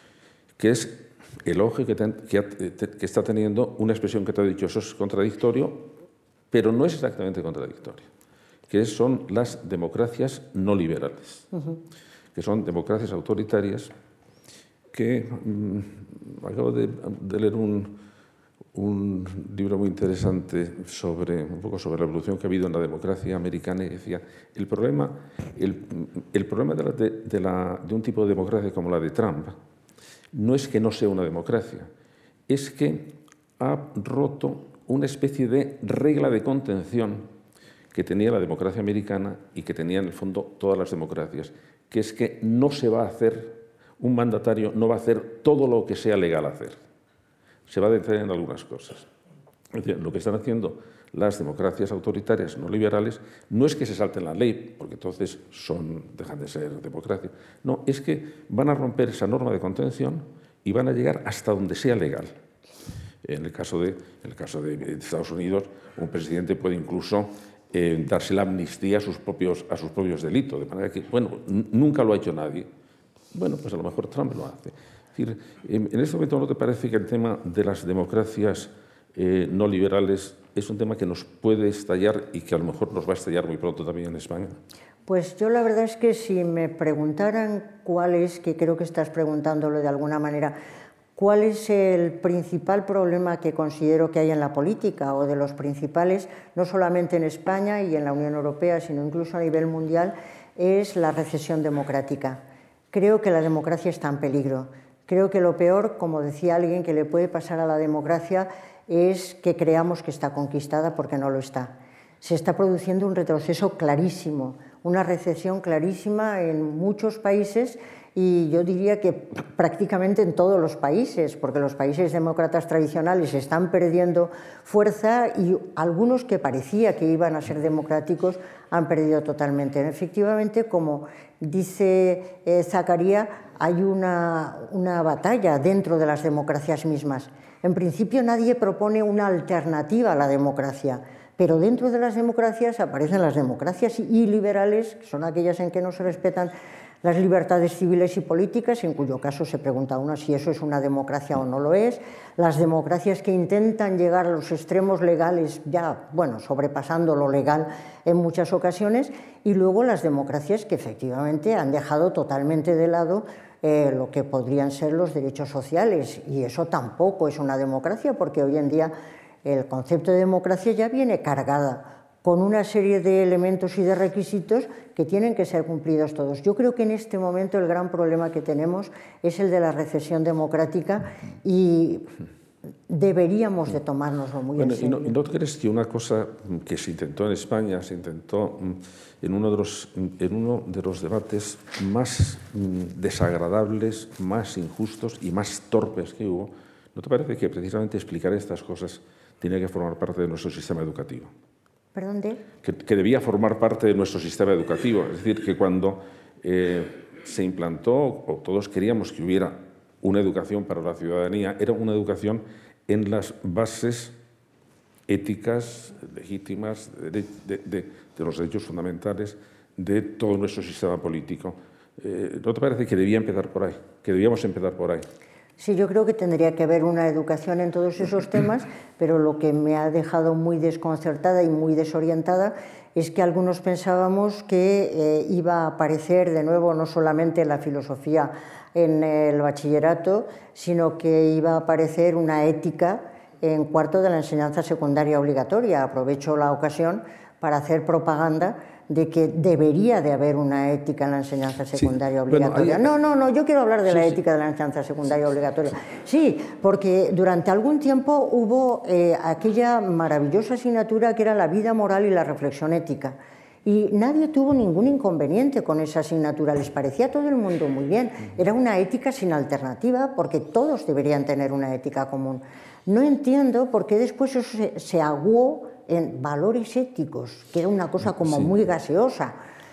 Speaker 2: que es el auge que, ten, que, que está teniendo una expresión que te he dicho, eso es contradictorio, pero no es exactamente contradictorio, que son las democracias no liberales, uh-huh. que son democracias autoritarias que mmm, acabo de, de leer un, un libro muy interesante sobre un poco sobre la evolución que ha habido en la democracia americana y decía el problema el, el problema de, la, de, de, la, de un tipo de democracia como la de Trump no es que no sea una democracia, es que ha roto una especie de regla de contención que tenía la democracia americana y que tenía en el fondo todas las democracias, que es que no se va a hacer, un mandatario no va a hacer todo lo que sea legal hacer, se va a detener en algunas cosas. Es decir, lo que están haciendo las democracias autoritarias no liberales no es que se salten la ley, porque entonces son, dejan de ser democracia, no, es que van a romper esa norma de contención y van a llegar hasta donde sea legal. En el caso de, en el caso de Estados Unidos, un presidente puede incluso eh, darse la amnistía a sus, propios, a sus propios delitos. De manera que, bueno, nunca lo ha hecho nadie. Bueno, pues a lo mejor Trump lo hace. Es decir, en, en este momento, ¿no te parece que el tema de las democracias eh, no liberales es un tema que nos puede estallar y que a lo mejor nos va a estallar muy pronto también en España?
Speaker 3: Pues yo la verdad es que si me preguntaran cuál es, que creo que estás preguntándolo de alguna manera, cuál es el principal problema que considero que hay en la política, o de los principales, no solamente en España y en la Unión Europea, sino incluso a nivel mundial, es la recesión democrática. Creo que la democracia está en peligro. Creo que lo peor, como decía alguien, que le puede pasar a la democracia es que creamos que está conquistada porque no lo está. Se está produciendo un retroceso clarísimo, una recesión clarísima en muchos países, y yo diría que prácticamente en todos los países, porque los países demócratas tradicionales están perdiendo fuerza y algunos que parecía que iban a ser democráticos han perdido totalmente. Efectivamente, como dice eh, Zacarías, hay una, una batalla dentro de las democracias mismas. En principio nadie propone una alternativa a la democracia, pero dentro de las democracias aparecen las democracias iliberales, que son aquellas en que no se respetan las libertades civiles y políticas, en cuyo caso se pregunta uno si eso es una democracia o no lo es, las democracias que intentan llegar a los extremos legales, ya, bueno, sobrepasando lo legal en muchas ocasiones, y luego las democracias que efectivamente han dejado totalmente de lado eh, lo que podrían ser los derechos sociales, y eso tampoco es una democracia, porque hoy en día el concepto de democracia ya viene cargada con una serie de elementos y de requisitos que tienen que ser cumplidos todos. Yo creo que en este momento el gran problema que tenemos es el de la recesión democrática y deberíamos de tomárnoslo muy
Speaker 2: bueno,
Speaker 3: en serio.
Speaker 2: ¿Y no, ¿no crees que una cosa que se intentó en España, se intentó en uno de los, en uno de los debates más desagradables, más injustos y más torpes que hubo, ¿no te parece que precisamente explicar estas cosas tiene que formar parte de nuestro sistema educativo?
Speaker 3: ¿Perdón, de?
Speaker 2: Que, que debía formar parte de nuestro sistema educativo. Es decir, que cuando eh, se implantó, o todos queríamos que hubiera una educación para la ciudadanía, era una educación en las bases éticas, legítimas, de, de, de, de los derechos fundamentales de todo nuestro sistema político. Eh, ¿No te parece que debía empezar por ahí? Que debíamos empezar por ahí.
Speaker 3: Sí, yo creo que tendría que haber una educación en todos esos temas, pero lo que me ha dejado muy desconcertada y muy desorientada es que algunos pensábamos que eh, iba a aparecer de nuevo no solamente la filosofía en el bachillerato, sino que iba a aparecer una ética en cuarto de la enseñanza secundaria obligatoria. Aprovecho la ocasión para hacer propaganda de que debería de haber una ética en la enseñanza secundaria sí, obligatoria. Bueno, hay... No, no, no, yo quiero hablar de sí, la ética sí. de la enseñanza secundaria obligatoria. Sí, porque durante algún tiempo hubo eh, aquella maravillosa asignatura que era la vida moral y la reflexión ética. Y nadie tuvo ningún inconveniente con esa asignatura, les parecía a todo el mundo muy bien. Era una ética sin alternativa, porque todos deberían tener una ética común. No entiendo por qué después eso se, se aguó en valores éticos, que era una cosa como sí. muy gaseosa.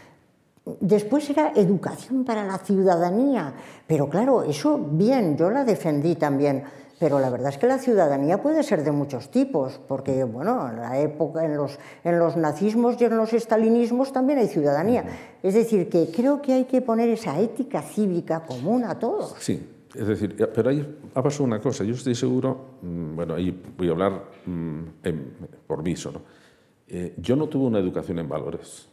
Speaker 3: Después era educación para la ciudadanía, pero claro, eso bien, yo la defendí también, pero la verdad es que la ciudadanía puede ser de muchos tipos, porque bueno, en la época, en los, en los nazismos y en los estalinismos también hay ciudadanía. Es decir, que creo que hay que poner esa ética cívica común a todos.
Speaker 2: Sí. Es decir, pero ahí ha pasado una cosa, yo estoy seguro, bueno, ahí voy a hablar en, por mí solo. Eh, yo no tuve una educación en valores.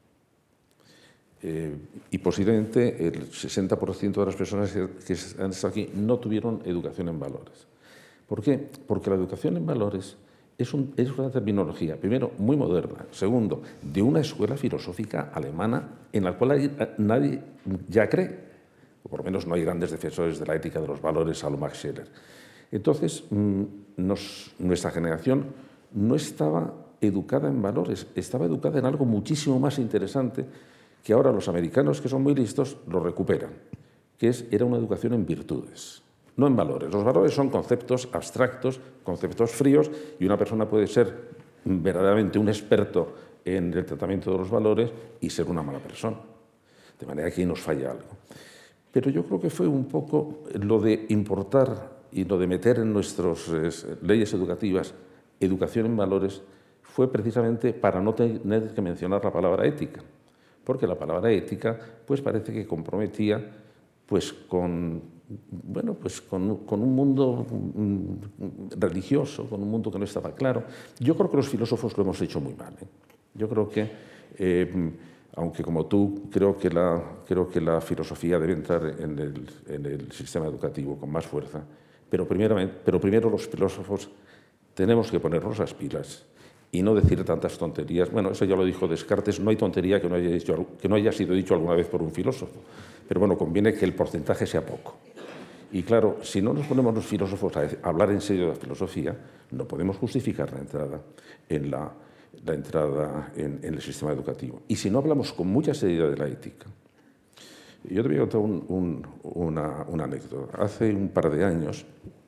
Speaker 2: Eh, y posiblemente el sesenta por ciento de las personas que han estado aquí no tuvieron educación en valores. ¿Por qué? Porque la educación en valores es, un, es una terminología, primero, muy moderna, segundo, de una escuela filosófica alemana en la cual nadie ya cree. O por lo menos no hay grandes defensores de la ética de los valores a lo Max Scheler. Entonces, nos, nuestra generación no estaba educada en valores, estaba educada en algo muchísimo más interesante que ahora los americanos, que son muy listos, lo recuperan, que es, era una educación en virtudes, no en valores. Los valores son conceptos abstractos, conceptos fríos, y una persona puede ser verdaderamente un experto en el tratamiento de los valores y ser una mala persona. De manera que ahí nos falla algo. Pero yo creo que fue un poco lo de importar y lo de meter en nuestras eh, leyes educativas educación en valores, fue precisamente para no tener que mencionar la palabra ética, porque la palabra ética pues parece que comprometía pues con, bueno, pues con, con un mundo religioso, con un mundo que no estaba claro. Yo creo que los filósofos lo hemos hecho muy mal, ¿eh? Yo creo que, eh, aunque como tú, creo que, la, creo que la filosofía debe entrar en el, en el sistema educativo con más fuerza, pero, pero primero los filósofos tenemos que ponernos las pilas y no decir tantas tonterías. Bueno, eso ya lo dijo Descartes, no hay tontería que no haya, dicho, que no haya sido dicho alguna vez por un filósofo, pero bueno, conviene que el porcentaje sea poco. Y claro, si no nos ponemos los filósofos a hablar en serio de la filosofía, no podemos justificar la entrada en, la, la entrada en, en el sistema educativo. Y si no hablamos con mucha seriedad de la ética, yo te voy a contar un, un, una, una anécdota. Hace un par de años,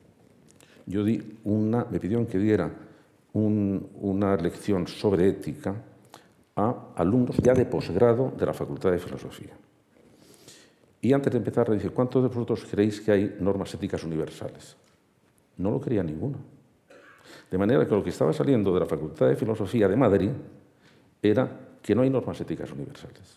Speaker 2: yo di una, me pidieron que diera un, una lección sobre ética a alumnos ya de posgrado de la Facultad de Filosofía. Y antes de empezar, le dije, ¿cuántos de vosotros creéis que hay normas éticas universales? No lo creía ninguno. De manera que lo que estaba saliendo de la Facultad de Filosofía de Madrid era que no hay normas éticas universales.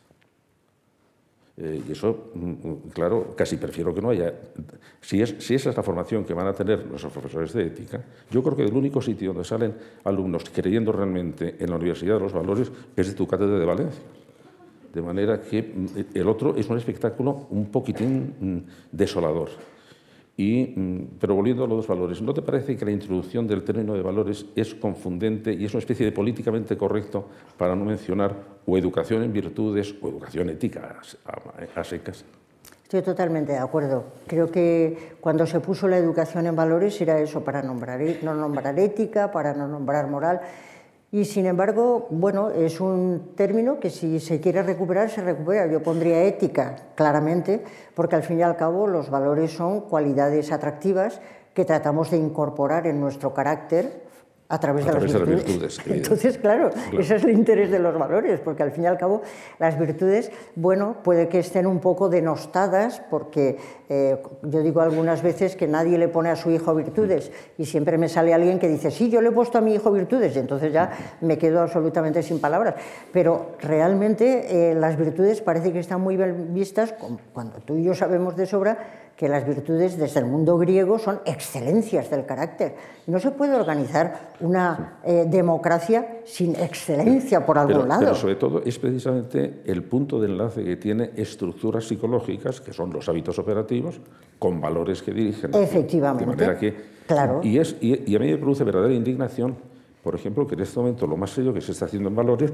Speaker 2: Eh, y eso, claro, casi prefiero que no haya. Si, es, si esa es la formación que van a tener nuestros profesores de ética, yo creo que el único sitio donde salen alumnos creyendo realmente en la Universidad de los Valores es de tu cátedra de Valencia. De manera que el otro es un espectáculo un poquitín desolador. Y, pero volviendo a los valores, ¿no te parece que la introducción del término de valores es confundente y es una especie de políticamente correcto para no mencionar o educación en virtudes o educación ética a, a secas?
Speaker 3: Estoy totalmente de acuerdo. Creo que cuando se puso la educación en valores era eso, para nombrar, no nombrar ética, para no nombrar moral. Y, sin embargo, bueno, es un término que si se quiere recuperar, se recupera. Yo pondría ética, claramente, porque al fin y al cabo los valores son cualidades atractivas que tratamos de incorporar en nuestro carácter a través, a través de las virtudes. De las virtudes. Entonces, claro, claro, ese es el interés de los valores, porque al fin y al cabo las virtudes, bueno, puede que estén un poco denostadas, porque eh, yo digo algunas veces que nadie le pone a su hijo virtudes, y siempre me sale alguien que dice, sí, yo le he puesto a mi hijo virtudes, y entonces ya me quedo absolutamente sin palabras. Pero realmente eh, las virtudes parece que están muy bien vistas, cuando tú y yo sabemos de sobra que las virtudes desde el mundo griego son excelencias del carácter. No se puede organizar una eh, democracia sin excelencia por algún
Speaker 2: pero,
Speaker 3: lado.
Speaker 2: Pero sobre todo es precisamente el punto de enlace que tiene estructuras psicológicas, que son los hábitos operativos, con valores que dirigen.
Speaker 3: Efectivamente.
Speaker 2: De manera que,
Speaker 3: claro.
Speaker 2: y, es, y, y a mí me produce verdadera indignación, por ejemplo, que en este momento lo más serio que se está haciendo en valores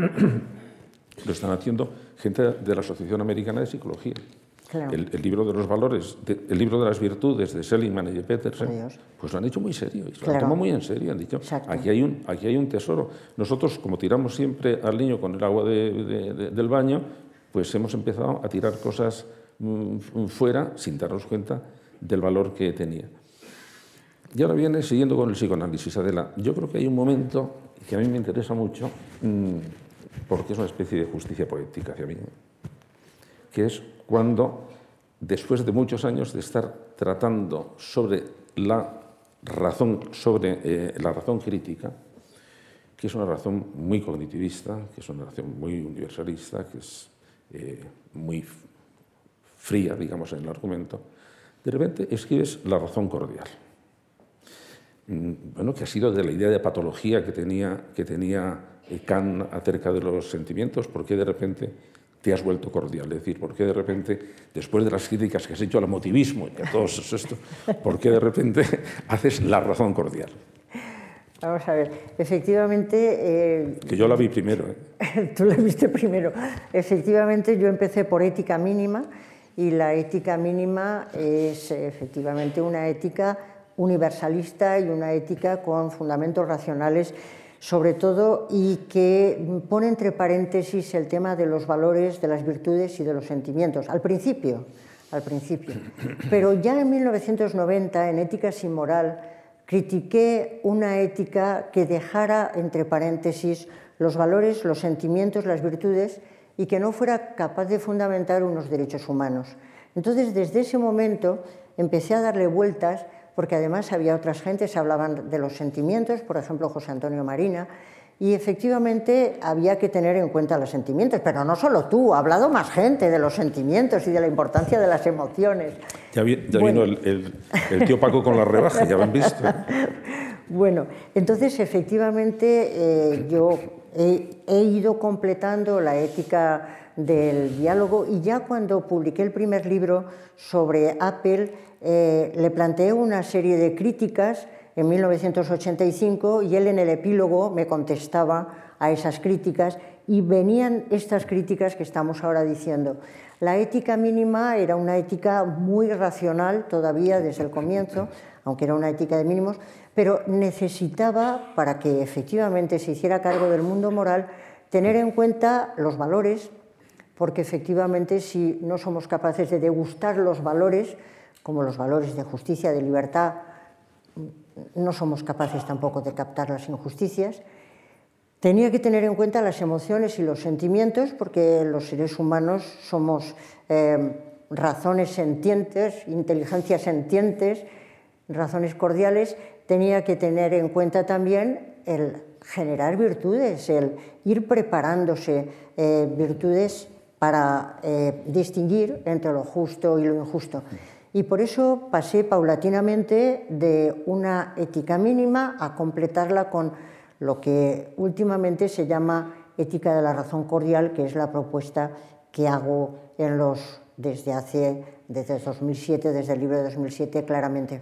Speaker 2: lo están haciendo gente de la Asociación Americana de Psicología. Claro. El, el libro de los valores, de, el libro de las virtudes de Seligman y de Petersen, pues lo han hecho muy serio, y claro. Lo han tomado muy en serio, han dicho, aquí hay, un, aquí hay un tesoro. Nosotros, como tiramos siempre al niño con el agua de, de, de, del baño, pues hemos empezado a tirar cosas mmm, fuera sin darnos cuenta del valor que tenía. Y ahora viene, siguiendo con el psicoanálisis, Adela, yo creo que hay un momento que a mí me interesa mucho, mmm, porque es una especie de justicia poética hacia mí, que es cuando, después de muchos años de estar tratando sobre la razón, sobre, eh, la razón crítica, que es una razón muy cognitivista, que es una razón muy universalista, que es eh, muy fría, digamos, en el argumento, de repente escribes la razón cordial. Bueno, que ha sido de la idea de patología que tenía, que tenía Kant acerca de los sentimientos, porque de repente te has vuelto cordial, es decir, ¿por qué de repente, después de las críticas que has hecho al emotivismo y a todo esto, por qué de repente haces la razón cordial?
Speaker 3: Vamos a ver, efectivamente... Eh,
Speaker 2: que yo la vi primero.
Speaker 3: ¿eh? Tú la viste primero. Efectivamente, yo empecé por ética mínima, y la ética mínima es efectivamente una ética universalista y una ética con fundamentos racionales, sobre todo, y que pone entre paréntesis el tema de los valores, de las virtudes y de los sentimientos, al principio, al principio. Pero ya en mil novecientos noventa, en Ética sin moral, critiqué una ética que dejara entre paréntesis los valores, los sentimientos, las virtudes, y que no fuera capaz de fundamentar unos derechos humanos. Entonces, desde ese momento, empecé a darle vueltas, porque además había otras gentes que hablaban de los sentimientos, por ejemplo, José Antonio Marina, Y efectivamente había que tener en cuenta los sentimientos, pero no solo tú, ha hablado más gente de los sentimientos y de la importancia de las emociones.
Speaker 2: Ya, vi, ya bueno. vino el, el, el tío Paco con la rebaja, ya lo han visto.
Speaker 3: Bueno, entonces efectivamente eh, yo he, he ido completando la ética del diálogo y ya cuando publiqué el primer libro sobre Apple eh, le planteé una serie de críticas en mil novecientos ochenta y cinco y él en el epílogo me contestaba a esas críticas y venían estas críticas que estamos ahora diciendo. La ética mínima era una ética muy racional todavía desde el comienzo, aunque era una ética de mínimos, pero necesitaba, para que efectivamente se hiciera cargo del mundo moral, tener en cuenta los valores, porque efectivamente si no somos capaces de degustar los valores, como los valores de justicia, de libertad, no somos capaces tampoco de captar las injusticias. Tenía que tener en cuenta las emociones y los sentimientos, porque los seres humanos somos eh, razones sentientes, inteligencias sentientes, razones cordiales. Tenía que tener en cuenta también el generar virtudes, el ir preparándose eh, virtudes para eh, distinguir entre lo justo y lo injusto. Y por eso pasé paulatinamente de una ética mínima a completarla con lo que últimamente se llama ética de la razón cordial, que es la propuesta que hago en los, desde hace, desde dos mil siete, desde el libro de dos mil siete, claramente.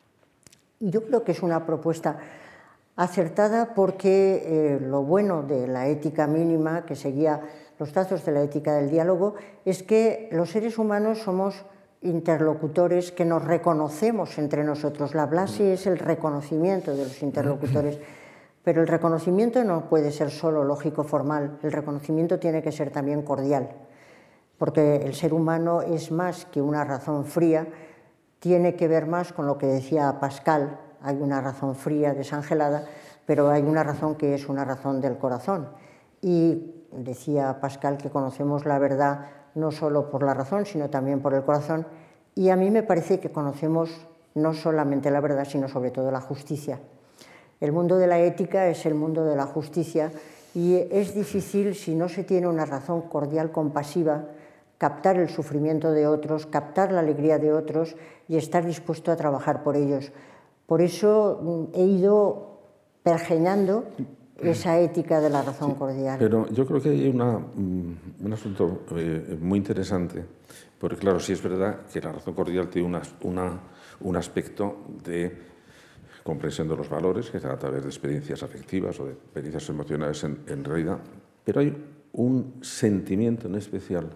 Speaker 3: Y yo creo que es una propuesta acertada porque eh, lo bueno de la ética mínima, que seguía los trazos de la ética del diálogo, es que los seres humanos somos interlocutores que nos reconocemos entre nosotros. La base es el reconocimiento de los interlocutores, pero el reconocimiento no puede ser solo lógico-formal, el reconocimiento tiene que ser también cordial, porque el ser humano es más que una razón fría, tiene que ver más con lo que decía Pascal, hay una razón fría, desangelada, pero hay una razón que es una razón del corazón. Y decía Pascal que conocemos la verdad no solo por la razón, sino también por el corazón, y a mí me parece que conocemos no solamente la verdad, sino sobre todo la justicia. El mundo de la ética es el mundo de la justicia y es difícil, si no se tiene una razón cordial, compasiva, captar el sufrimiento de otros, captar la alegría de otros y estar dispuesto a trabajar por ellos. Por eso he ido pergeñando esa ética de la razón sí, cordial.
Speaker 2: Pero yo creo que hay una, un asunto eh, muy interesante, porque claro, sí es verdad que la razón cordial tiene una, una, un aspecto de comprensión de los valores, que se da a través de experiencias afectivas o de experiencias emocionales en, en realidad, pero hay un sentimiento en especial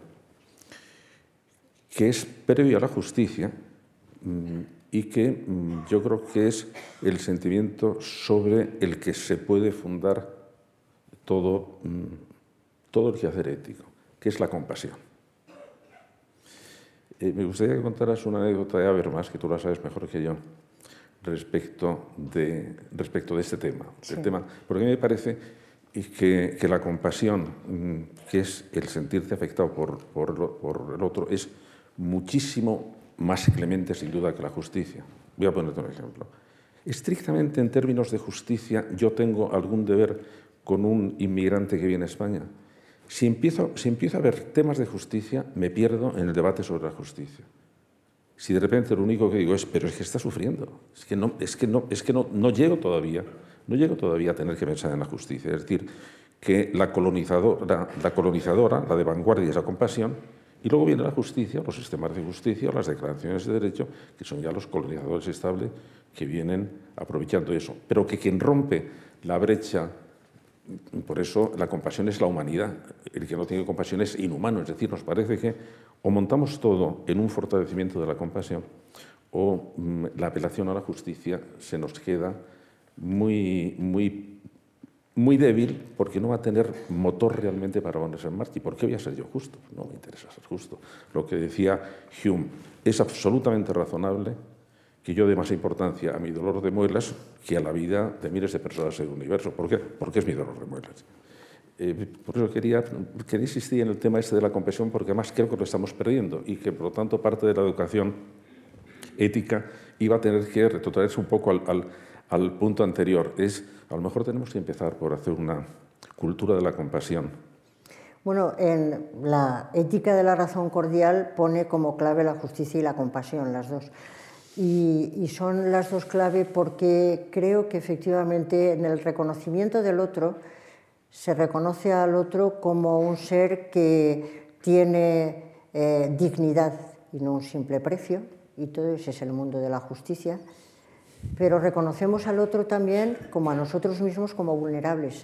Speaker 2: que es previo a la justicia y que yo creo que es el sentimiento sobre el que se puede fundar todo, todo el quehacer ético, que es la compasión. Eh, me gustaría que contaras una anécdota de Habermas, que tú la sabes mejor que yo, respecto de, respecto de este tema, sí. del tema, porque a mí me parece que, que la compasión, que es el sentirte afectado por, por, por el otro, es muchísimo más clemente, sin duda, que la justicia. Voy a ponerte un ejemplo. Estrictamente en términos de justicia, yo tengo algún deber con un inmigrante que viene a España. Si empiezo, si empiezo a ver temas de justicia, me pierdo en el debate sobre la justicia. Si de repente lo único que digo es, pero es que está sufriendo, es que no, es que no, es que no, no llego todavía, no llego todavía a tener que pensar en la justicia. Es decir, que la colonizadora, la colonizadora, la de vanguardia es la compasión, y luego viene la justicia, los sistemas de justicia, las declaraciones de derecho, que son ya los colonizadores estables que vienen aprovechando eso. Pero que quien rompe la brecha, por eso la compasión es la humanidad. El que no tiene compasión es inhumano. Es decir, nos parece que o montamos todo en un fortalecimiento de la compasión o mmm, la apelación a la justicia se nos queda muy, muy, muy débil porque no va a tener motor realmente para ponerse en marcha. ¿Y por qué voy a ser yo justo? No me interesa ser justo. Lo que decía Hume, es absolutamente razonable que yo dé más importancia a mi dolor de muelas que a la vida de miles de personas en el universo. ¿Por qué? Porque es mi dolor de muelas. Eh, por eso quería, quería insistir en el tema este de la compasión, porque además creo que lo estamos perdiendo y que, por lo tanto, parte de la educación ética iba a tener que retrotraerse un poco al, al, al punto anterior. Es, a lo mejor tenemos que empezar por hacer una cultura de la compasión.
Speaker 3: Bueno, en la ética de la razón cordial pone como clave la justicia y la compasión, las dos. Y, y son las dos clave porque creo que efectivamente en el reconocimiento del otro se reconoce al otro como un ser que tiene eh, dignidad y no un simple precio, y todo ese es el mundo de la justicia, pero reconocemos al otro también como a nosotros mismos como vulnerables.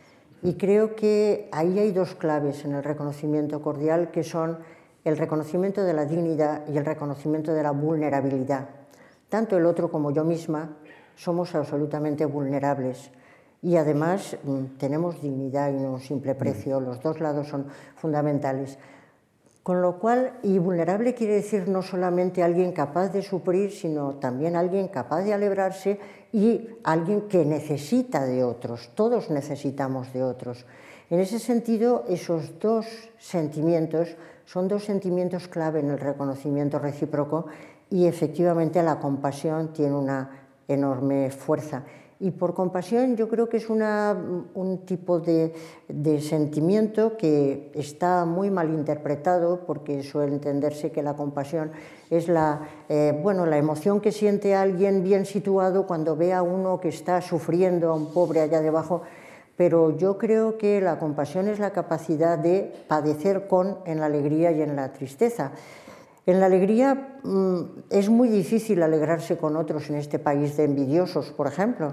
Speaker 3: Y creo que ahí hay dos claves en el reconocimiento cordial, que son el reconocimiento de la dignidad y el reconocimiento de la vulnerabilidad. Tanto el otro como yo misma somos absolutamente vulnerables y además tenemos dignidad y no un simple precio. Los dos lados son fundamentales. Con lo cual, y vulnerable quiere decir no solamente alguien capaz de sufrir, sino también alguien capaz de alegrarse y alguien que necesita de otros. Todos necesitamos de otros. En ese sentido, esos dos sentimientos son dos sentimientos clave en el reconocimiento recíproco y efectivamente la compasión tiene una enorme fuerza. Y por compasión yo creo que es una, un tipo de, de sentimiento que está muy mal interpretado, porque suele entenderse que la compasión es la, eh, bueno, la emoción que siente alguien bien situado cuando ve a uno que está sufriendo, a un pobre allá debajo, pero yo creo que la compasión es la capacidad de padecer con en la alegría y en la tristeza. En la alegría mmm, es muy difícil alegrarse con otros en este país de envidiosos, por ejemplo.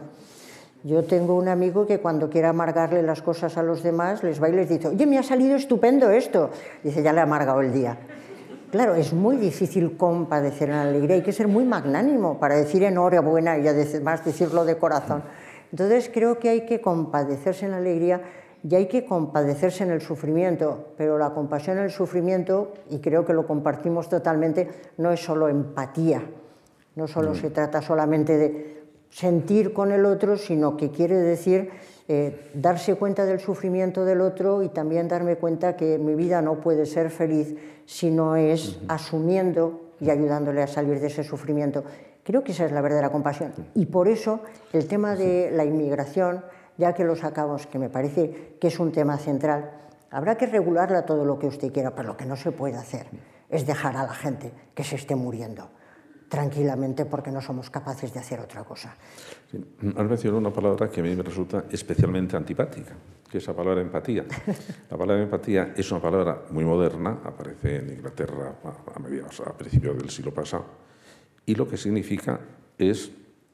Speaker 3: Yo tengo un amigo que cuando quiere amargarle las cosas a los demás, les va y les dice, oye, me ha salido estupendo esto. Dice, ya le ha amargado el día. Claro, es muy difícil compadecer en la alegría, hay que ser muy magnánimo para decir enhorabuena y además decirlo de corazón. Entonces creo que hay que compadecerse en la alegría y hay que compadecerse en el sufrimiento, pero la compasión en el sufrimiento, y creo que lo compartimos totalmente, no es solo empatía, no solo mm. se trata solamente de sentir con el otro, sino que quiere decir eh, darse cuenta del sufrimiento del otro y también darme cuenta que mi vida no puede ser feliz si no es mm-hmm. asumiendo y ayudándole a salir de ese sufrimiento. Creo que esa es la verdadera compasión. Y por eso el tema de la inmigración, ya que lo sacamos, que me parece que es un tema central, habrá que regularla todo lo que usted quiera, pero lo que no se puede hacer es dejar a la gente que se esté muriendo tranquilamente porque no somos capaces de hacer otra cosa.
Speaker 2: Sí, has mencionado una palabra que a mí me resulta especialmente antipática, que es la palabra empatía. La palabra empatía es una palabra muy moderna, aparece en Inglaterra a, mediados, a principios del siglo pasado, y lo que significa es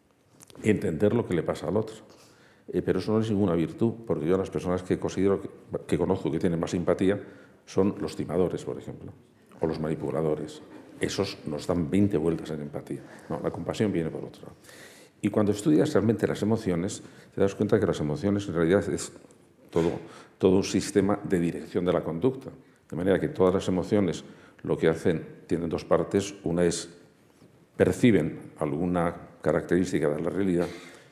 Speaker 2: entender lo que le pasa al otro. Eh, pero eso no es ninguna virtud, porque yo las personas que considero que, que conozco que tienen más simpatía son los timadores, por ejemplo, o los manipuladores. Esos nos dan veinte vueltas en empatía. No, la compasión viene por otro lado. Y cuando estudias realmente las emociones, te das cuenta que las emociones en realidad es todo, todo un sistema de dirección de la conducta. De manera que todas las emociones lo que hacen tienen dos partes. Una es perciben alguna característica de la realidad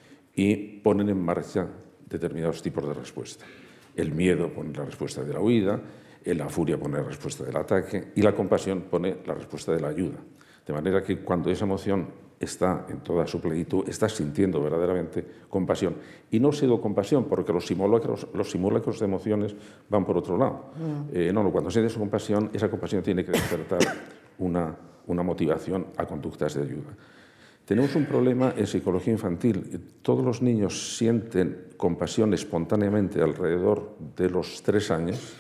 Speaker 2: y ponen en marcha determinados tipos de respuesta. El miedo pone la respuesta de la huida, la furia pone la respuesta del ataque y la compasión pone la respuesta de la ayuda. De manera que cuando esa emoción está en toda su plenitud, estás sintiendo verdaderamente compasión. Y no solo compasión, porque los simulacros, los simulacros de emociones van por otro lado. Mm. Eh, no, no, cuando sientes compasión, esa compasión tiene que despertar una, una motivación a conductas de ayuda. Tenemos un problema en psicología infantil. Todos los niños sienten compasión espontáneamente alrededor de los tres años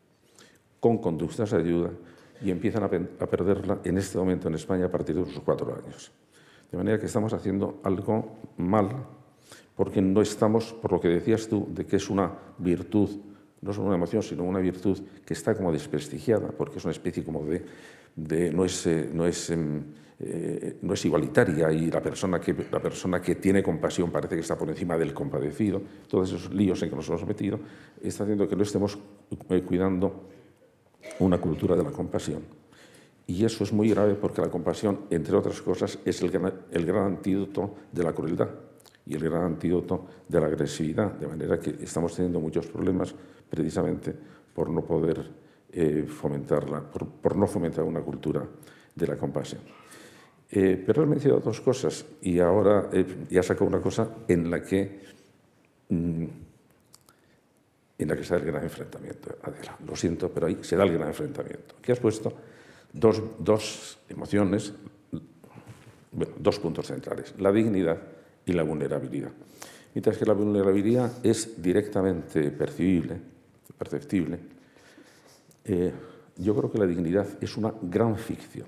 Speaker 2: con conductas de ayuda y empiezan a, a perderla en este momento en España a partir de los cuatro años. De manera que estamos haciendo algo mal porque no estamos, por lo que decías tú, de que es una virtud, no solo una emoción, sino una virtud que está como desprestigiada, porque es una especie como de, de no es, eh, no es Eh, no es igualitaria y la persona, que, la persona que tiene compasión parece que está por encima del compadecido. Todos esos líos en que nos hemos metido está haciendo que no estemos eh, cuidando una cultura de la compasión. Y eso es muy grave porque la compasión, entre otras cosas, es el gran, el gran antídoto de la crueldad y el gran antídoto de la agresividad. De manera que estamos teniendo muchos problemas precisamente por no poder eh, fomentarla, por, por no fomentar una cultura de la compasión. Eh, pero has mencionado dos cosas y ahora eh, ya sacado una cosa en la que mmm, en la que se da el gran enfrentamiento. Adela, lo siento, pero ahí se da el gran enfrentamiento. Aquí has puesto dos, dos emociones, bueno, dos puntos centrales, la dignidad y la vulnerabilidad. Mientras que la vulnerabilidad es directamente percibible, perceptible, eh, yo creo que la dignidad es una gran ficción.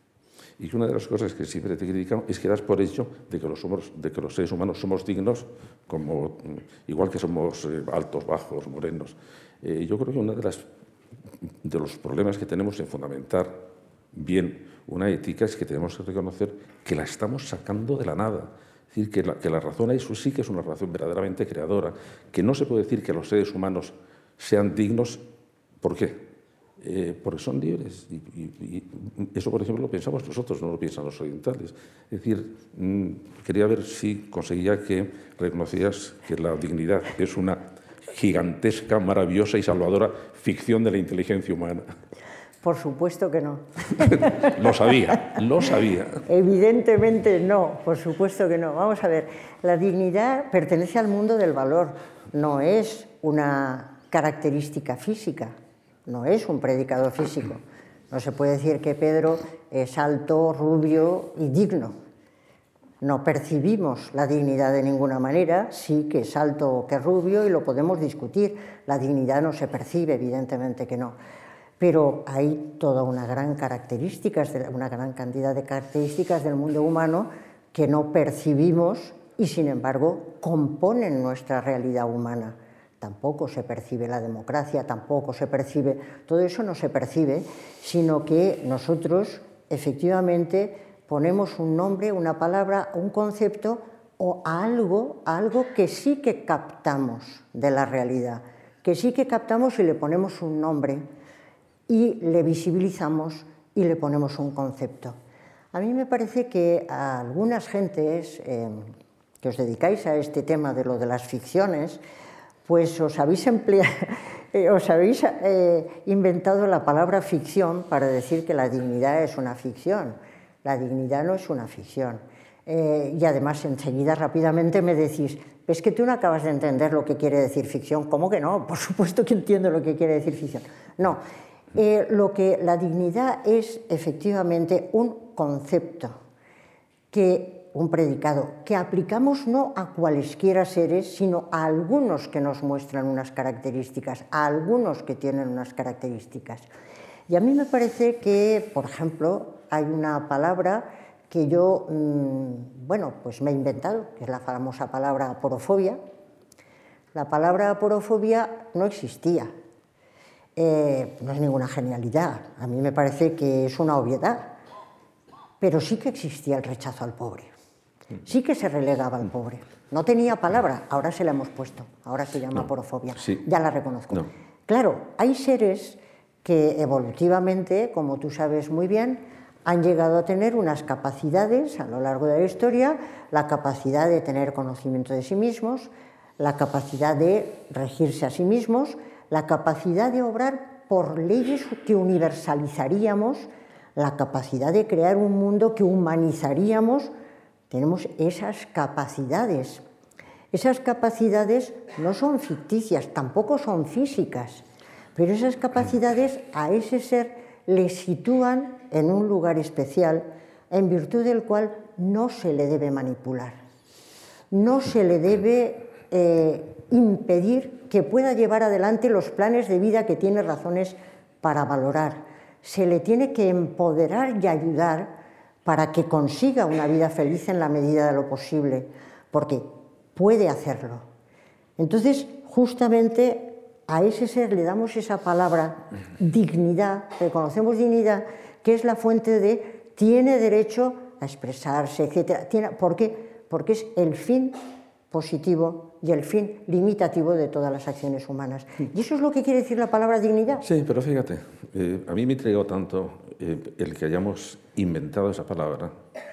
Speaker 2: Y que una de las cosas que siempre te critican es que das por hecho de que los, somos, de que los seres humanos somos dignos, como, igual que somos eh, altos, bajos, morenos. Eh, yo creo que uno de, las, de los problemas que tenemos en fundamentar bien una ética es que tenemos que reconocer que la estamos sacando de la nada. Es decir, que la, que la razón ahí sí que es una razón verdaderamente creadora, que no se puede decir que los seres humanos sean dignos. ¿Por qué? Eh, porque son libres. Y, y, y eso, por ejemplo, lo pensamos nosotros, no lo piensan los orientales. Es decir, mmm, quería ver si conseguía que reconocías que la dignidad es una gigantesca, maravillosa y salvadora ficción de la inteligencia humana.
Speaker 3: Por supuesto que no.
Speaker 2: Lo sabía, lo sabía.
Speaker 3: Evidentemente no, por supuesto que no. Vamos a ver, la dignidad pertenece al mundo del valor, no es una característica física, no es un predicado físico. No se puede decir que Pedro es alto, rubio y digno. No percibimos la dignidad de ninguna manera, sí que es alto o que es rubio y lo podemos discutir. La dignidad no se percibe, evidentemente que no. Pero hay toda una gran, características, una gran cantidad de características del mundo humano que no percibimos y, sin embargo, componen nuestra realidad humana. Tampoco se percibe la democracia, tampoco se percibe, todo eso no se percibe, sino que nosotros, efectivamente, ponemos un nombre, una palabra, un concepto o a algo, a algo que sí que captamos de la realidad, que sí que captamos y le ponemos un nombre y le visibilizamos y le ponemos un concepto. A mí me parece que a algunas gentes eh, que os dedicáis a este tema de lo de las ficciones, pues os habéis, emplea... eh, os habéis eh, inventado la palabra ficción para decir que la dignidad es una ficción. La dignidad no es una ficción. Eh, y además enseguida rápidamente me decís, es que tú no acabas de entender lo que quiere decir ficción. ¿Cómo que no? Por supuesto que entiendo lo que quiere decir ficción. No. Eh, lo que la dignidad es efectivamente un concepto, que, un predicado, que aplicamos no a cualesquiera seres, sino a algunos que nos muestran unas características, a algunos que tienen unas características. Y a mí me parece que, por ejemplo, hay una palabra que yo, mmm, bueno, pues me he inventado, que es la famosa palabra aporofobia. La palabra aporofobia no existía. Eh, no es ninguna genialidad, a mí me parece que es una obviedad, pero sí que existía el rechazo al pobre, sí que se relegaba al pobre, no tenía palabra, ahora se la hemos puesto, ahora se llama no, aporofobia, sí. Ya la reconozco. No. Claro, hay seres que evolutivamente, como tú sabes muy bien, han llegado a tener unas capacidades a lo largo de la historia, la capacidad de tener conocimiento de sí mismos, la capacidad de regirse a sí mismos, la capacidad de obrar por leyes que universalizaríamos, la capacidad de crear un mundo que humanizaríamos. Tenemos esas capacidades. Esas capacidades no son ficticias, tampoco son físicas, pero esas capacidades a ese ser le sitúan en un lugar especial en virtud del cual no se le debe manipular, no se le debe eh, impedir que pueda llevar adelante los planes de vida que tiene razones para valorar. Se le tiene que empoderar y ayudar para que consiga una vida feliz en la medida de lo posible, porque puede hacerlo. Entonces, justamente a ese ser le damos esa palabra dignidad, reconocemos dignidad, que es la fuente de tiene derecho a expresarse, etcétera. Tiene, ¿por qué? Porque es el fin positivo y el fin limitativo de todas las acciones humanas. ¿Y eso es lo que quiere decir la palabra dignidad?
Speaker 2: Sí, pero fíjate, eh, a mí me intrigó tanto eh, el que hayamos inventado esa palabra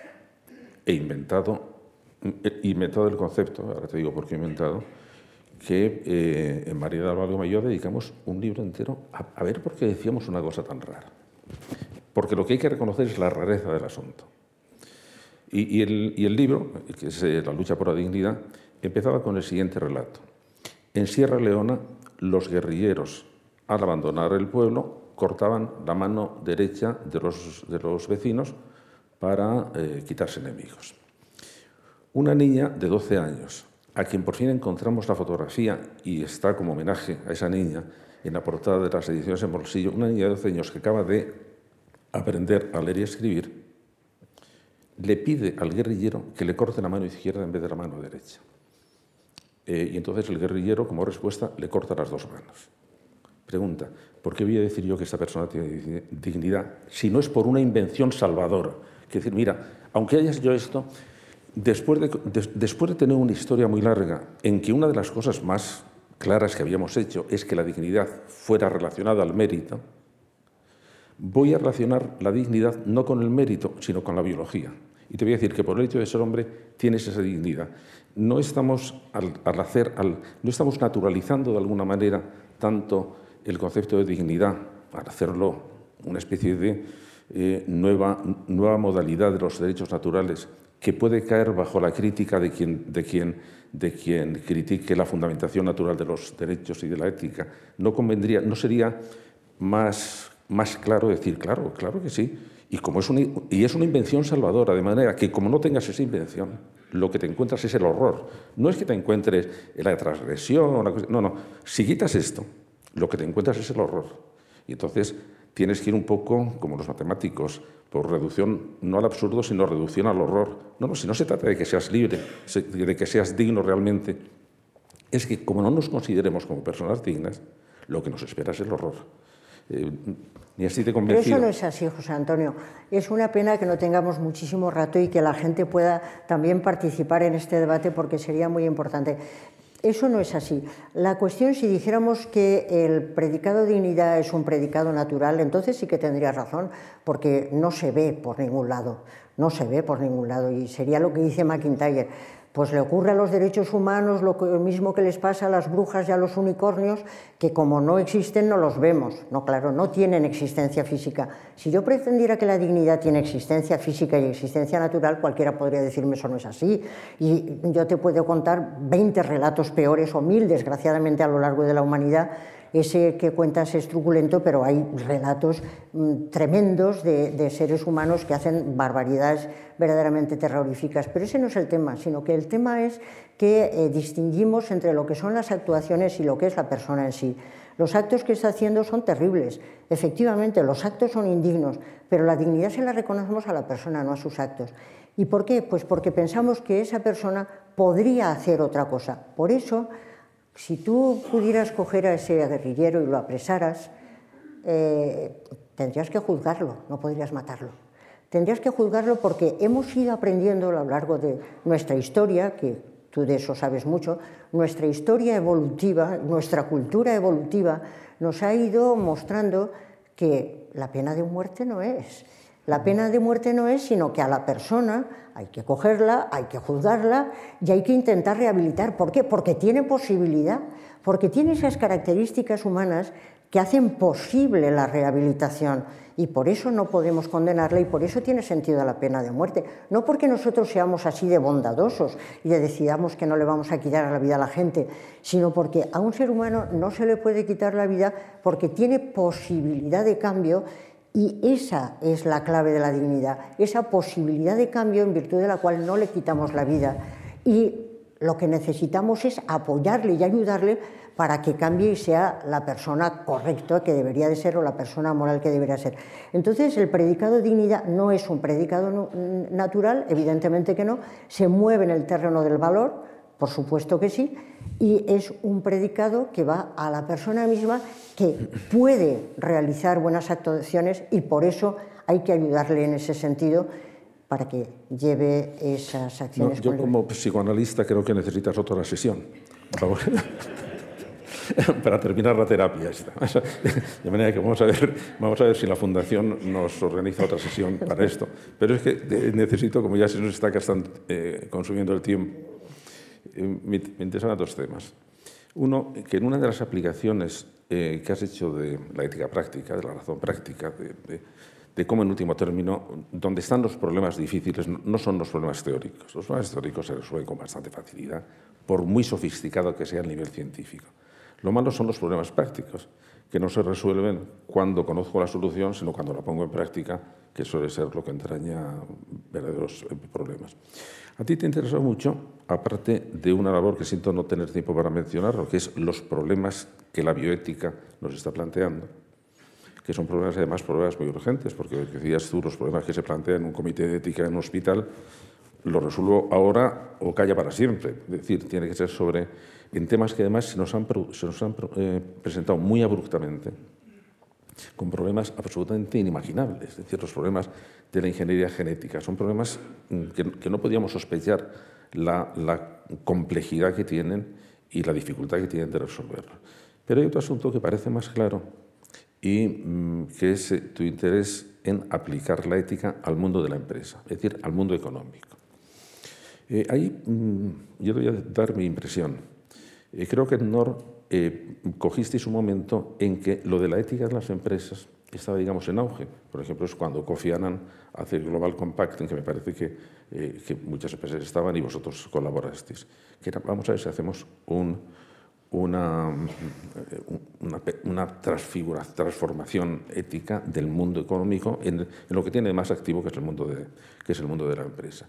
Speaker 2: e inventado, eh, inventado el concepto, ahora te digo por qué he inventado, que eh, en María de Alba Mayor dedicamos un libro entero a, a ver por qué decíamos una cosa tan rara. Porque lo que hay que reconocer es la rareza del asunto. Y, y, el, y el libro, que es La lucha por la dignidad, empezaba con el siguiente relato. En Sierra Leona, los guerrilleros, al abandonar el pueblo, cortaban la mano derecha de los, de los vecinos para eh, quitarse enemigos. Una niña de doce años, a quien por fin encontramos la fotografía y está como homenaje a esa niña en la portada de las ediciones En Bolsillo, una niña de doce años que acaba de aprender a leer y escribir, le pide al guerrillero que le corte la mano izquierda en vez de la mano derecha. Eh, y entonces el guerrillero, como respuesta, le corta las dos manos. Pregunta, ¿por qué voy a decir yo que esta persona tiene dignidad si no es por una invención salvadora? Es decir, mira, aunque hayas hecho esto, después de, de, después de tener una historia muy larga en que una de las cosas más claras que habíamos hecho es que la dignidad fuera relacionada al mérito, voy a relacionar la dignidad no con el mérito, sino con la biología. Y te voy a decir que por el hecho de ser hombre tienes esa dignidad. No estamos, al, al hacer, al, no estamos naturalizando de alguna manera tanto el concepto de dignidad, al hacerlo una especie de eh, nueva, nueva modalidad de los derechos naturales que puede caer bajo la crítica de quien, de quien, de quien critique la fundamentación natural de los derechos y de la ética. No convendría, no sería más, más claro decir, claro, claro que sí. Y, como es una, y es una invención salvadora, de manera que como no tengas esa invención, lo que te encuentras es el horror. No es que te encuentres la transgresión, la cosa, no, no. Si quitas esto, lo que te encuentras es el horror. Y entonces tienes que ir un poco, como los matemáticos, por reducción, no al absurdo, sino reducción al horror. No, no, si no se trata de que seas libre, de que seas digno realmente, es que como no nos consideremos como personas dignas, lo que nos espera es el horror. Eh, ni así te convencido.
Speaker 3: Pero eso no es así, José Antonio. Es una pena que no tengamos muchísimo rato y que la gente pueda también participar en este debate porque sería muy importante. Eso no es así. La cuestión, si dijéramos que el predicado dignidad es un predicado natural, entonces sí que tendría razón, porque no se ve por ningún lado, no se ve por ningún lado, y sería lo que dice McIntyre. Pues le ocurre a los derechos humanos lo mismo que les pasa a las brujas y a los unicornios, que como no existen no los vemos. No, claro, no tienen existencia física. Si yo pretendiera que la dignidad tiene existencia física y existencia natural, cualquiera podría decirme eso no es así. Y yo te puedo contar veinte relatos peores o mil, desgraciadamente, a lo largo de la humanidad. Ese que cuentas es truculento, pero hay relatos mmm, tremendos de, de seres humanos que hacen barbaridades verdaderamente terroríficas. Pero ese no es el tema, sino que el tema es que eh, distinguimos entre lo que son las actuaciones y lo que es la persona en sí. Los actos que está haciendo son terribles. Efectivamente, los actos son indignos, pero la dignidad se la reconocemos a la persona, no a sus actos. ¿Y por qué? Pues porque pensamos que esa persona podría hacer otra cosa. Por eso, si tú pudieras coger a ese guerrillero y lo apresaras, eh, tendrías que juzgarlo, no podrías matarlo. Tendrías que juzgarlo porque hemos ido aprendiendo a lo largo de nuestra historia, que tú de eso sabes mucho, nuestra historia evolutiva, nuestra cultura evolutiva, nos ha ido mostrando que la pena de muerte no es. La pena de muerte no es, sino que a la persona hay que cogerla, hay que juzgarla y hay que intentar rehabilitar. ¿Por qué? Porque tiene posibilidad, porque tiene esas características humanas que hacen posible la rehabilitación y por eso no podemos condenarla y por eso tiene sentido la pena de muerte. No porque nosotros seamos así de bondadosos y de decidamos que no le vamos a quitar la vida a la gente, sino porque a un ser humano no se le puede quitar la vida porque tiene posibilidad de cambio. Y esa es la clave de la dignidad, esa posibilidad de cambio en virtud de la cual no le quitamos la vida. Y lo que necesitamos es apoyarle y ayudarle para que cambie y sea la persona correcta que debería de ser o la persona moral que debería ser. Entonces, el predicado de dignidad no es un predicado natural, evidentemente que no, se mueve en el terreno del valor, por supuesto que sí, y es un predicado que va a la persona misma que puede realizar buenas actuaciones y por eso hay que ayudarle en ese sentido para que lleve esas acciones.
Speaker 2: No, yo como psicoanalista creo que necesitas otra sesión, por favor. Para terminar la terapia. De manera que vamos a, ver, vamos a ver si la Fundación nos organiza otra sesión para esto. Pero es que necesito, como ya se nos está gastando, eh, consumiendo el tiempo, eh, me, me interesan dos temas. Uno, que en una de las aplicaciones eh, que has hecho de la ética práctica, de la razón práctica, de, de, de cómo, en último término, donde están los problemas difíciles no son los problemas teóricos. Los problemas teóricos se resuelven con bastante facilidad, por muy sofisticado que sea el nivel científico. Lo malo son los problemas prácticos, que no se resuelven cuando conozco la solución, sino cuando la pongo en práctica, que suele ser lo que entraña verdaderos problemas. A ti te interesa mucho, aparte de una labor que siento no tener tiempo para mencionar, lo que es los problemas que la bioética nos está planteando, que son problemas, además, problemas muy urgentes, porque decías tú, los problemas que se plantean en un comité de ética en un hospital, lo resuelvo ahora o calla para siempre. Es decir, tiene que ser sobre, en temas que además se nos han, se nos han eh, presentado muy abruptamente, con problemas absolutamente inimaginables. Es decir, los problemas de la ingeniería genética son problemas que, que no podíamos sospechar la, la complejidad que tienen y la dificultad que tienen de resolverlos. Pero hay otro asunto que parece más claro y mmm, que es eh, tu interés en aplicar la ética al mundo de la empresa, es decir, al mundo económico. Eh, ahí mmm, yo te voy a dar mi impresión. Eh, creo que en N O R eh, cogisteis un momento en que lo de la ética en las empresas estaba, digamos, en auge. Por ejemplo, es cuando Kofi Annan hace el Global Compact, en que me parece que, eh, que muchas empresas estaban y vosotros colaborasteis. Que era, vamos a ver si hacemos un, una, una, una transfigura, transformación ética del mundo económico en, en lo que tiene más activo, que es el mundo de, que es el mundo de la empresa.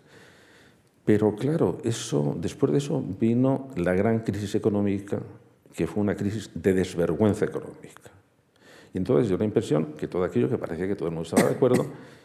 Speaker 2: Pero claro, eso, después de eso vino la gran crisis económica, que fue una crisis de desvergüenza económica. Y entonces dio la impresión que todo aquello que parecía que todo el mundo estaba de acuerdo,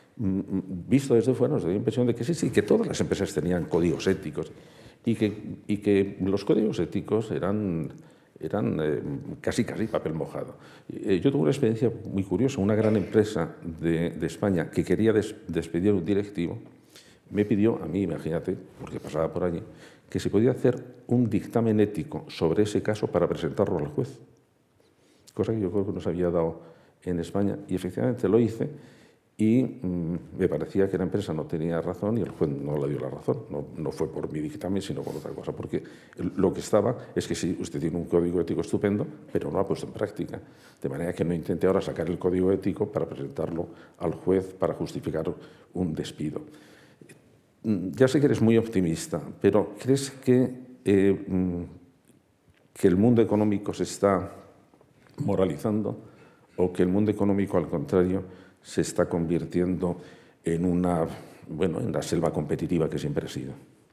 Speaker 2: visto desde fuera, nos dio la impresión de que sí, sí, que todas las empresas tenían códigos éticos y que, y que los códigos éticos eran, eran eh, casi, casi papel mojado. Eh, yo tuve una experiencia muy curiosa. Una gran empresa de, de España que quería des, despedir a un directivo me pidió, a mí, imagínate, porque pasaba por allí, que se podía hacer un dictamen ético sobre ese caso para presentarlo al juez, cosa que yo creo que nos había dado en España, y efectivamente lo hice, y mmm, me parecía que la empresa no tenía razón y el juez no le dio la razón. No, no fue por mi dictamen, sino por otra cosa, porque lo que estaba es que sí, usted tiene un código ético estupendo, pero no lo ha puesto en práctica, de manera que no intente ahora sacar el código ético para presentarlo al juez para justificar un despido. Ya sé que eres muy optimista, pero ¿crees que, eh, que el mundo económico se está moralizando o que el mundo económico, al contrario, se está convirtiendo en una, bueno, en la selva competitiva que siempre ha sido?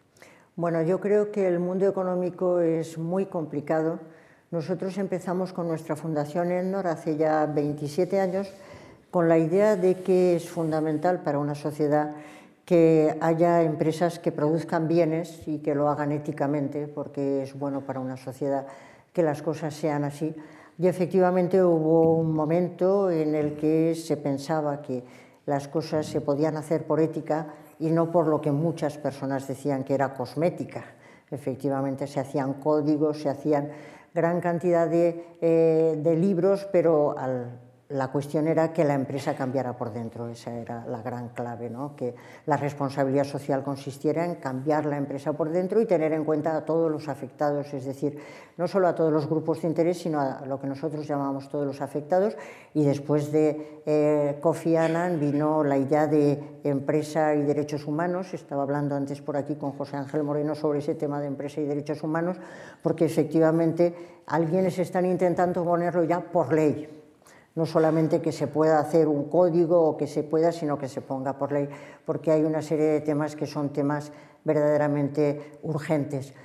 Speaker 3: Bueno, yo creo que el mundo económico es muy complicado. Nosotros empezamos con nuestra fundación en N O R hace ya veintisiete años con la idea de que es fundamental para una sociedad que haya empresas que produzcan bienes y que lo hagan éticamente, porque es bueno para una sociedad que las cosas sean así. Y efectivamente hubo un momento en el que se pensaba que las cosas se podían hacer por ética y no por lo que muchas personas decían que era cosmética. Efectivamente se hacían códigos, se hacían gran cantidad de, eh, de libros, pero al la cuestión era que la empresa cambiara por dentro. Esa era la gran clave, ¿no? Que la responsabilidad social consistiera en cambiar la empresa por dentro y tener en cuenta a todos los afectados, es decir, no solo a todos los grupos de interés, sino a lo que nosotros llamamos todos los afectados. Y después de eh, Kofi Annan vino la idea de empresa y derechos humanos. Estaba hablando antes por aquí con José Ángel Moreno sobre ese tema de empresa y derechos humanos, porque efectivamente alguienes están intentando ponerlo ya por ley. No solamente que se pueda hacer un código o que se pueda, sino que se ponga por ley, porque hay una serie de temas que son temas verdaderamente urgentes.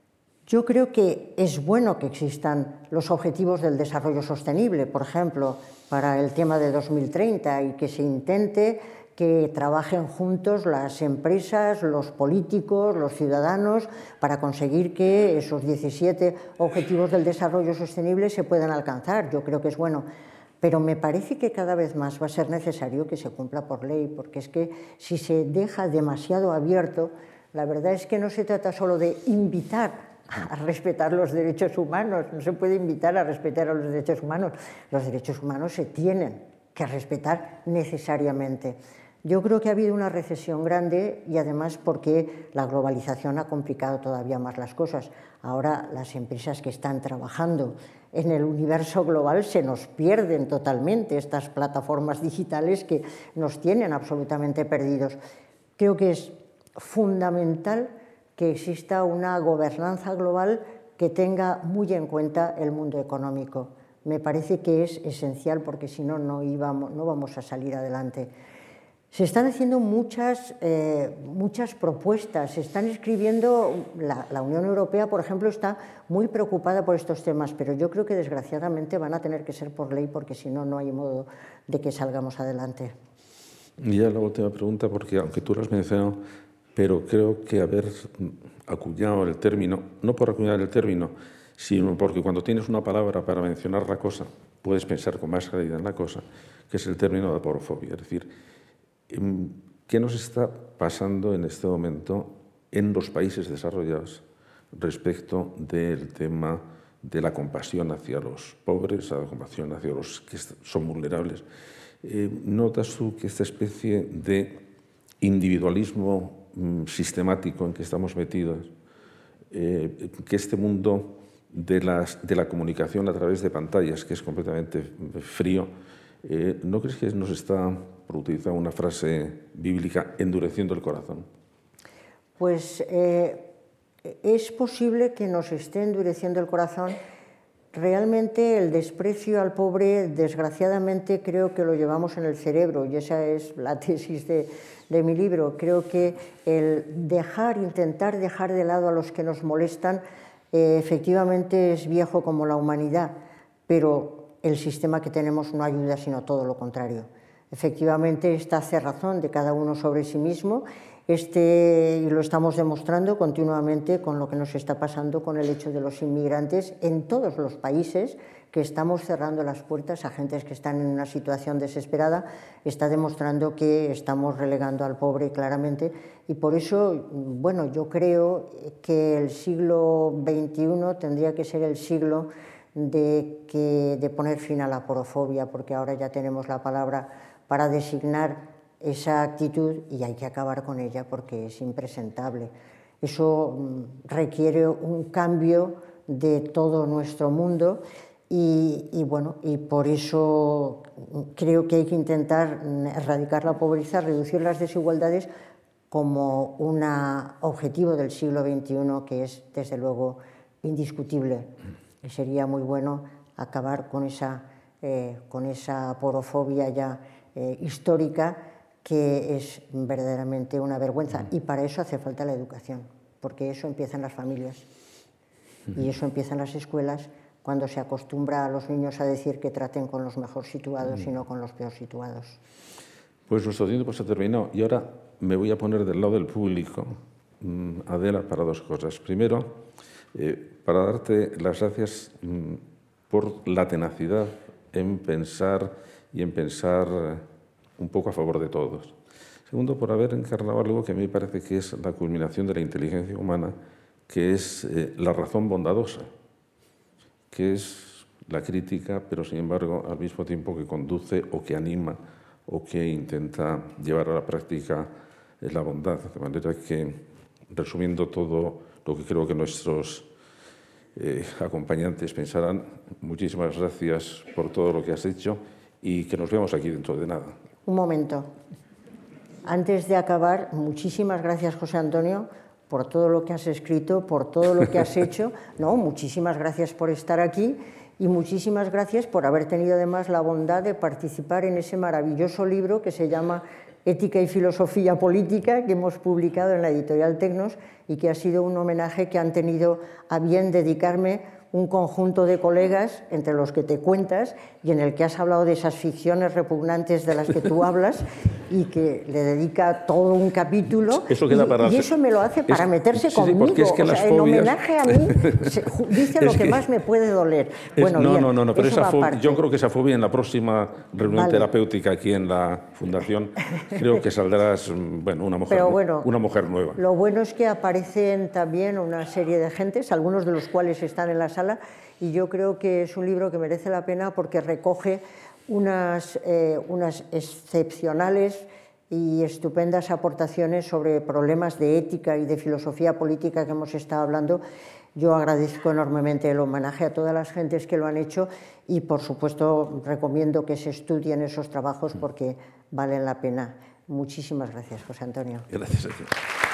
Speaker 3: Yo creo que es bueno que existan los objetivos del desarrollo sostenible, por ejemplo, para el tema de dos mil treinta, y que se intente que trabajen juntos las empresas, los políticos, los ciudadanos, para conseguir que esos diecisiete objetivos del desarrollo sostenible se puedan alcanzar. Yo creo que es bueno. Pero me parece que cada vez más va a ser necesario que se cumpla por ley, porque es que si se deja demasiado abierto, la verdad es que no se trata solo de invitar a respetar los derechos humanos, no se puede invitar a respetar a los derechos humanos, los derechos humanos se tienen que respetar necesariamente. Yo creo que ha habido una recesión grande y además porque la globalización ha complicado todavía más las cosas. Ahora las empresas que están trabajando en el universo global se nos pierden totalmente, estas plataformas digitales que nos tienen absolutamente perdidos. Creo que es fundamental que exista una gobernanza global que tenga muy en cuenta el mundo económico. Me parece que es esencial porque si no, no, íbamos, no vamos a salir adelante. Se están haciendo muchas, eh, muchas propuestas, se están escribiendo, la, la Unión Europea, por ejemplo, está muy preocupada por estos temas, pero yo creo que desgraciadamente van a tener que ser por ley porque si no, no hay modo de que salgamos adelante.
Speaker 2: Y ya la última pregunta, porque aunque tú lo has mencionado, pero creo que haber acuñado el término, no por acuñar el término, sino porque cuando tienes una palabra para mencionar la cosa, puedes pensar con más claridad en la cosa, que es el término de aporofobia, es decir, ¿qué nos está pasando en este momento en los países desarrollados respecto del tema de la compasión hacia los pobres, a la compasión hacia los que son vulnerables? Eh, ¿Notas tú que esta especie de individualismo mm, sistemático en que estamos metidos, eh, que este mundo de, las, de la comunicación a través de pantallas, que es completamente frío, eh, ¿no crees que nos está, por utilizar una frase bíblica, endureciendo el corazón?
Speaker 3: Pues eh, es posible que nos esté endureciendo el corazón. Realmente el desprecio al pobre, desgraciadamente, creo que lo llevamos en el cerebro y esa es la tesis de, de mi libro. Creo que el dejar, intentar dejar de lado a los que nos molestan, eh, efectivamente es viejo como la humanidad, pero el sistema que tenemos no ayuda, sino todo lo contrario. Efectivamente, esta cerrazón de cada uno sobre sí mismo, este, y lo estamos demostrando continuamente con lo que nos está pasando con el hecho de los inmigrantes en todos los países, que estamos cerrando las puertas a gentes que están en una situación desesperada, está demostrando que estamos relegando al pobre claramente y por eso, bueno, yo creo que el siglo veintiuno tendría que ser el siglo de, que, de poner fin a la aporofobia, porque ahora ya tenemos la palabra para designar esa actitud y hay que acabar con ella porque es impresentable. Eso requiere un cambio de todo nuestro mundo y, y, bueno, y por eso creo que hay que intentar erradicar la pobreza, reducir las desigualdades como un objetivo del siglo veintiuno que es, desde luego, indiscutible. Y sería muy bueno acabar con esa, eh, con esa aporofobia ya eh, histórica que es verdaderamente una vergüenza. Y para eso hace falta la educación, porque eso empieza en las familias y eso empieza en las escuelas, cuando se acostumbra a los niños a decir que traten con los mejor situados y no con los peor situados.
Speaker 2: Pues nuestro tiempo se ha terminado y ahora me voy a poner del lado del público, Adela, para dos cosas. Primero, eh, para darte las gracias mm, por la tenacidad en pensar y en pensar un poco a favor de todos. Segundo, por haber encarnado algo que a mí me parece que es la culminación de la inteligencia humana, que es eh, la razón bondadosa, que es la crítica, pero sin embargo al mismo tiempo que conduce o que anima o que intenta llevar a la práctica eh, la bondad. De manera que, resumiendo todo lo que creo que nuestros eh, acompañantes pensarán, muchísimas gracias por todo lo que has hecho y que nos vemos aquí dentro de nada.
Speaker 3: Un momento. Antes de acabar, muchísimas gracias, José Antonio, por todo lo que has escrito, por todo lo que has hecho. No, muchísimas gracias por estar aquí y muchísimas gracias por haber tenido además la bondad de participar en ese maravilloso libro que se llama Ética y Filosofía Política, que hemos publicado en la editorial Tecnos y que ha sido un homenaje que han tenido a bien dedicarme un conjunto de colegas, entre los que te cuentas, y en el que has hablado de esas ficciones repugnantes de las que tú hablas, y que le dedica todo un capítulo,
Speaker 2: eso queda
Speaker 3: y,
Speaker 2: para
Speaker 3: y eso me lo hace para
Speaker 2: es,
Speaker 3: meterse
Speaker 2: sí,
Speaker 3: conmigo,
Speaker 2: porque es que
Speaker 3: o sea,
Speaker 2: las
Speaker 3: en
Speaker 2: fobias...
Speaker 3: homenaje a mí, se, dice lo que, que más me puede doler.
Speaker 2: Es,
Speaker 3: bueno,
Speaker 2: no,
Speaker 3: bien,
Speaker 2: no, no, no, pero esa fobia, yo creo que esa fobia en la próxima reunión vale. terapéutica aquí en la Fundación, creo que saldrás, bueno, una mujer, pero bueno, una mujer nueva.
Speaker 3: Lo bueno es que aparecen también una serie de gentes, algunos de los cuales están en la sala, y yo creo que es un libro que merece la pena porque recoge unas, eh, unas excepcionales y estupendas aportaciones sobre problemas de ética y de filosofía política que hemos estado hablando. Yo agradezco enormemente el homenaje a todas las gentes que lo han hecho y, por supuesto, recomiendo que se estudien esos trabajos porque valen la pena. Muchísimas gracias, José Antonio.
Speaker 2: Gracias a ti.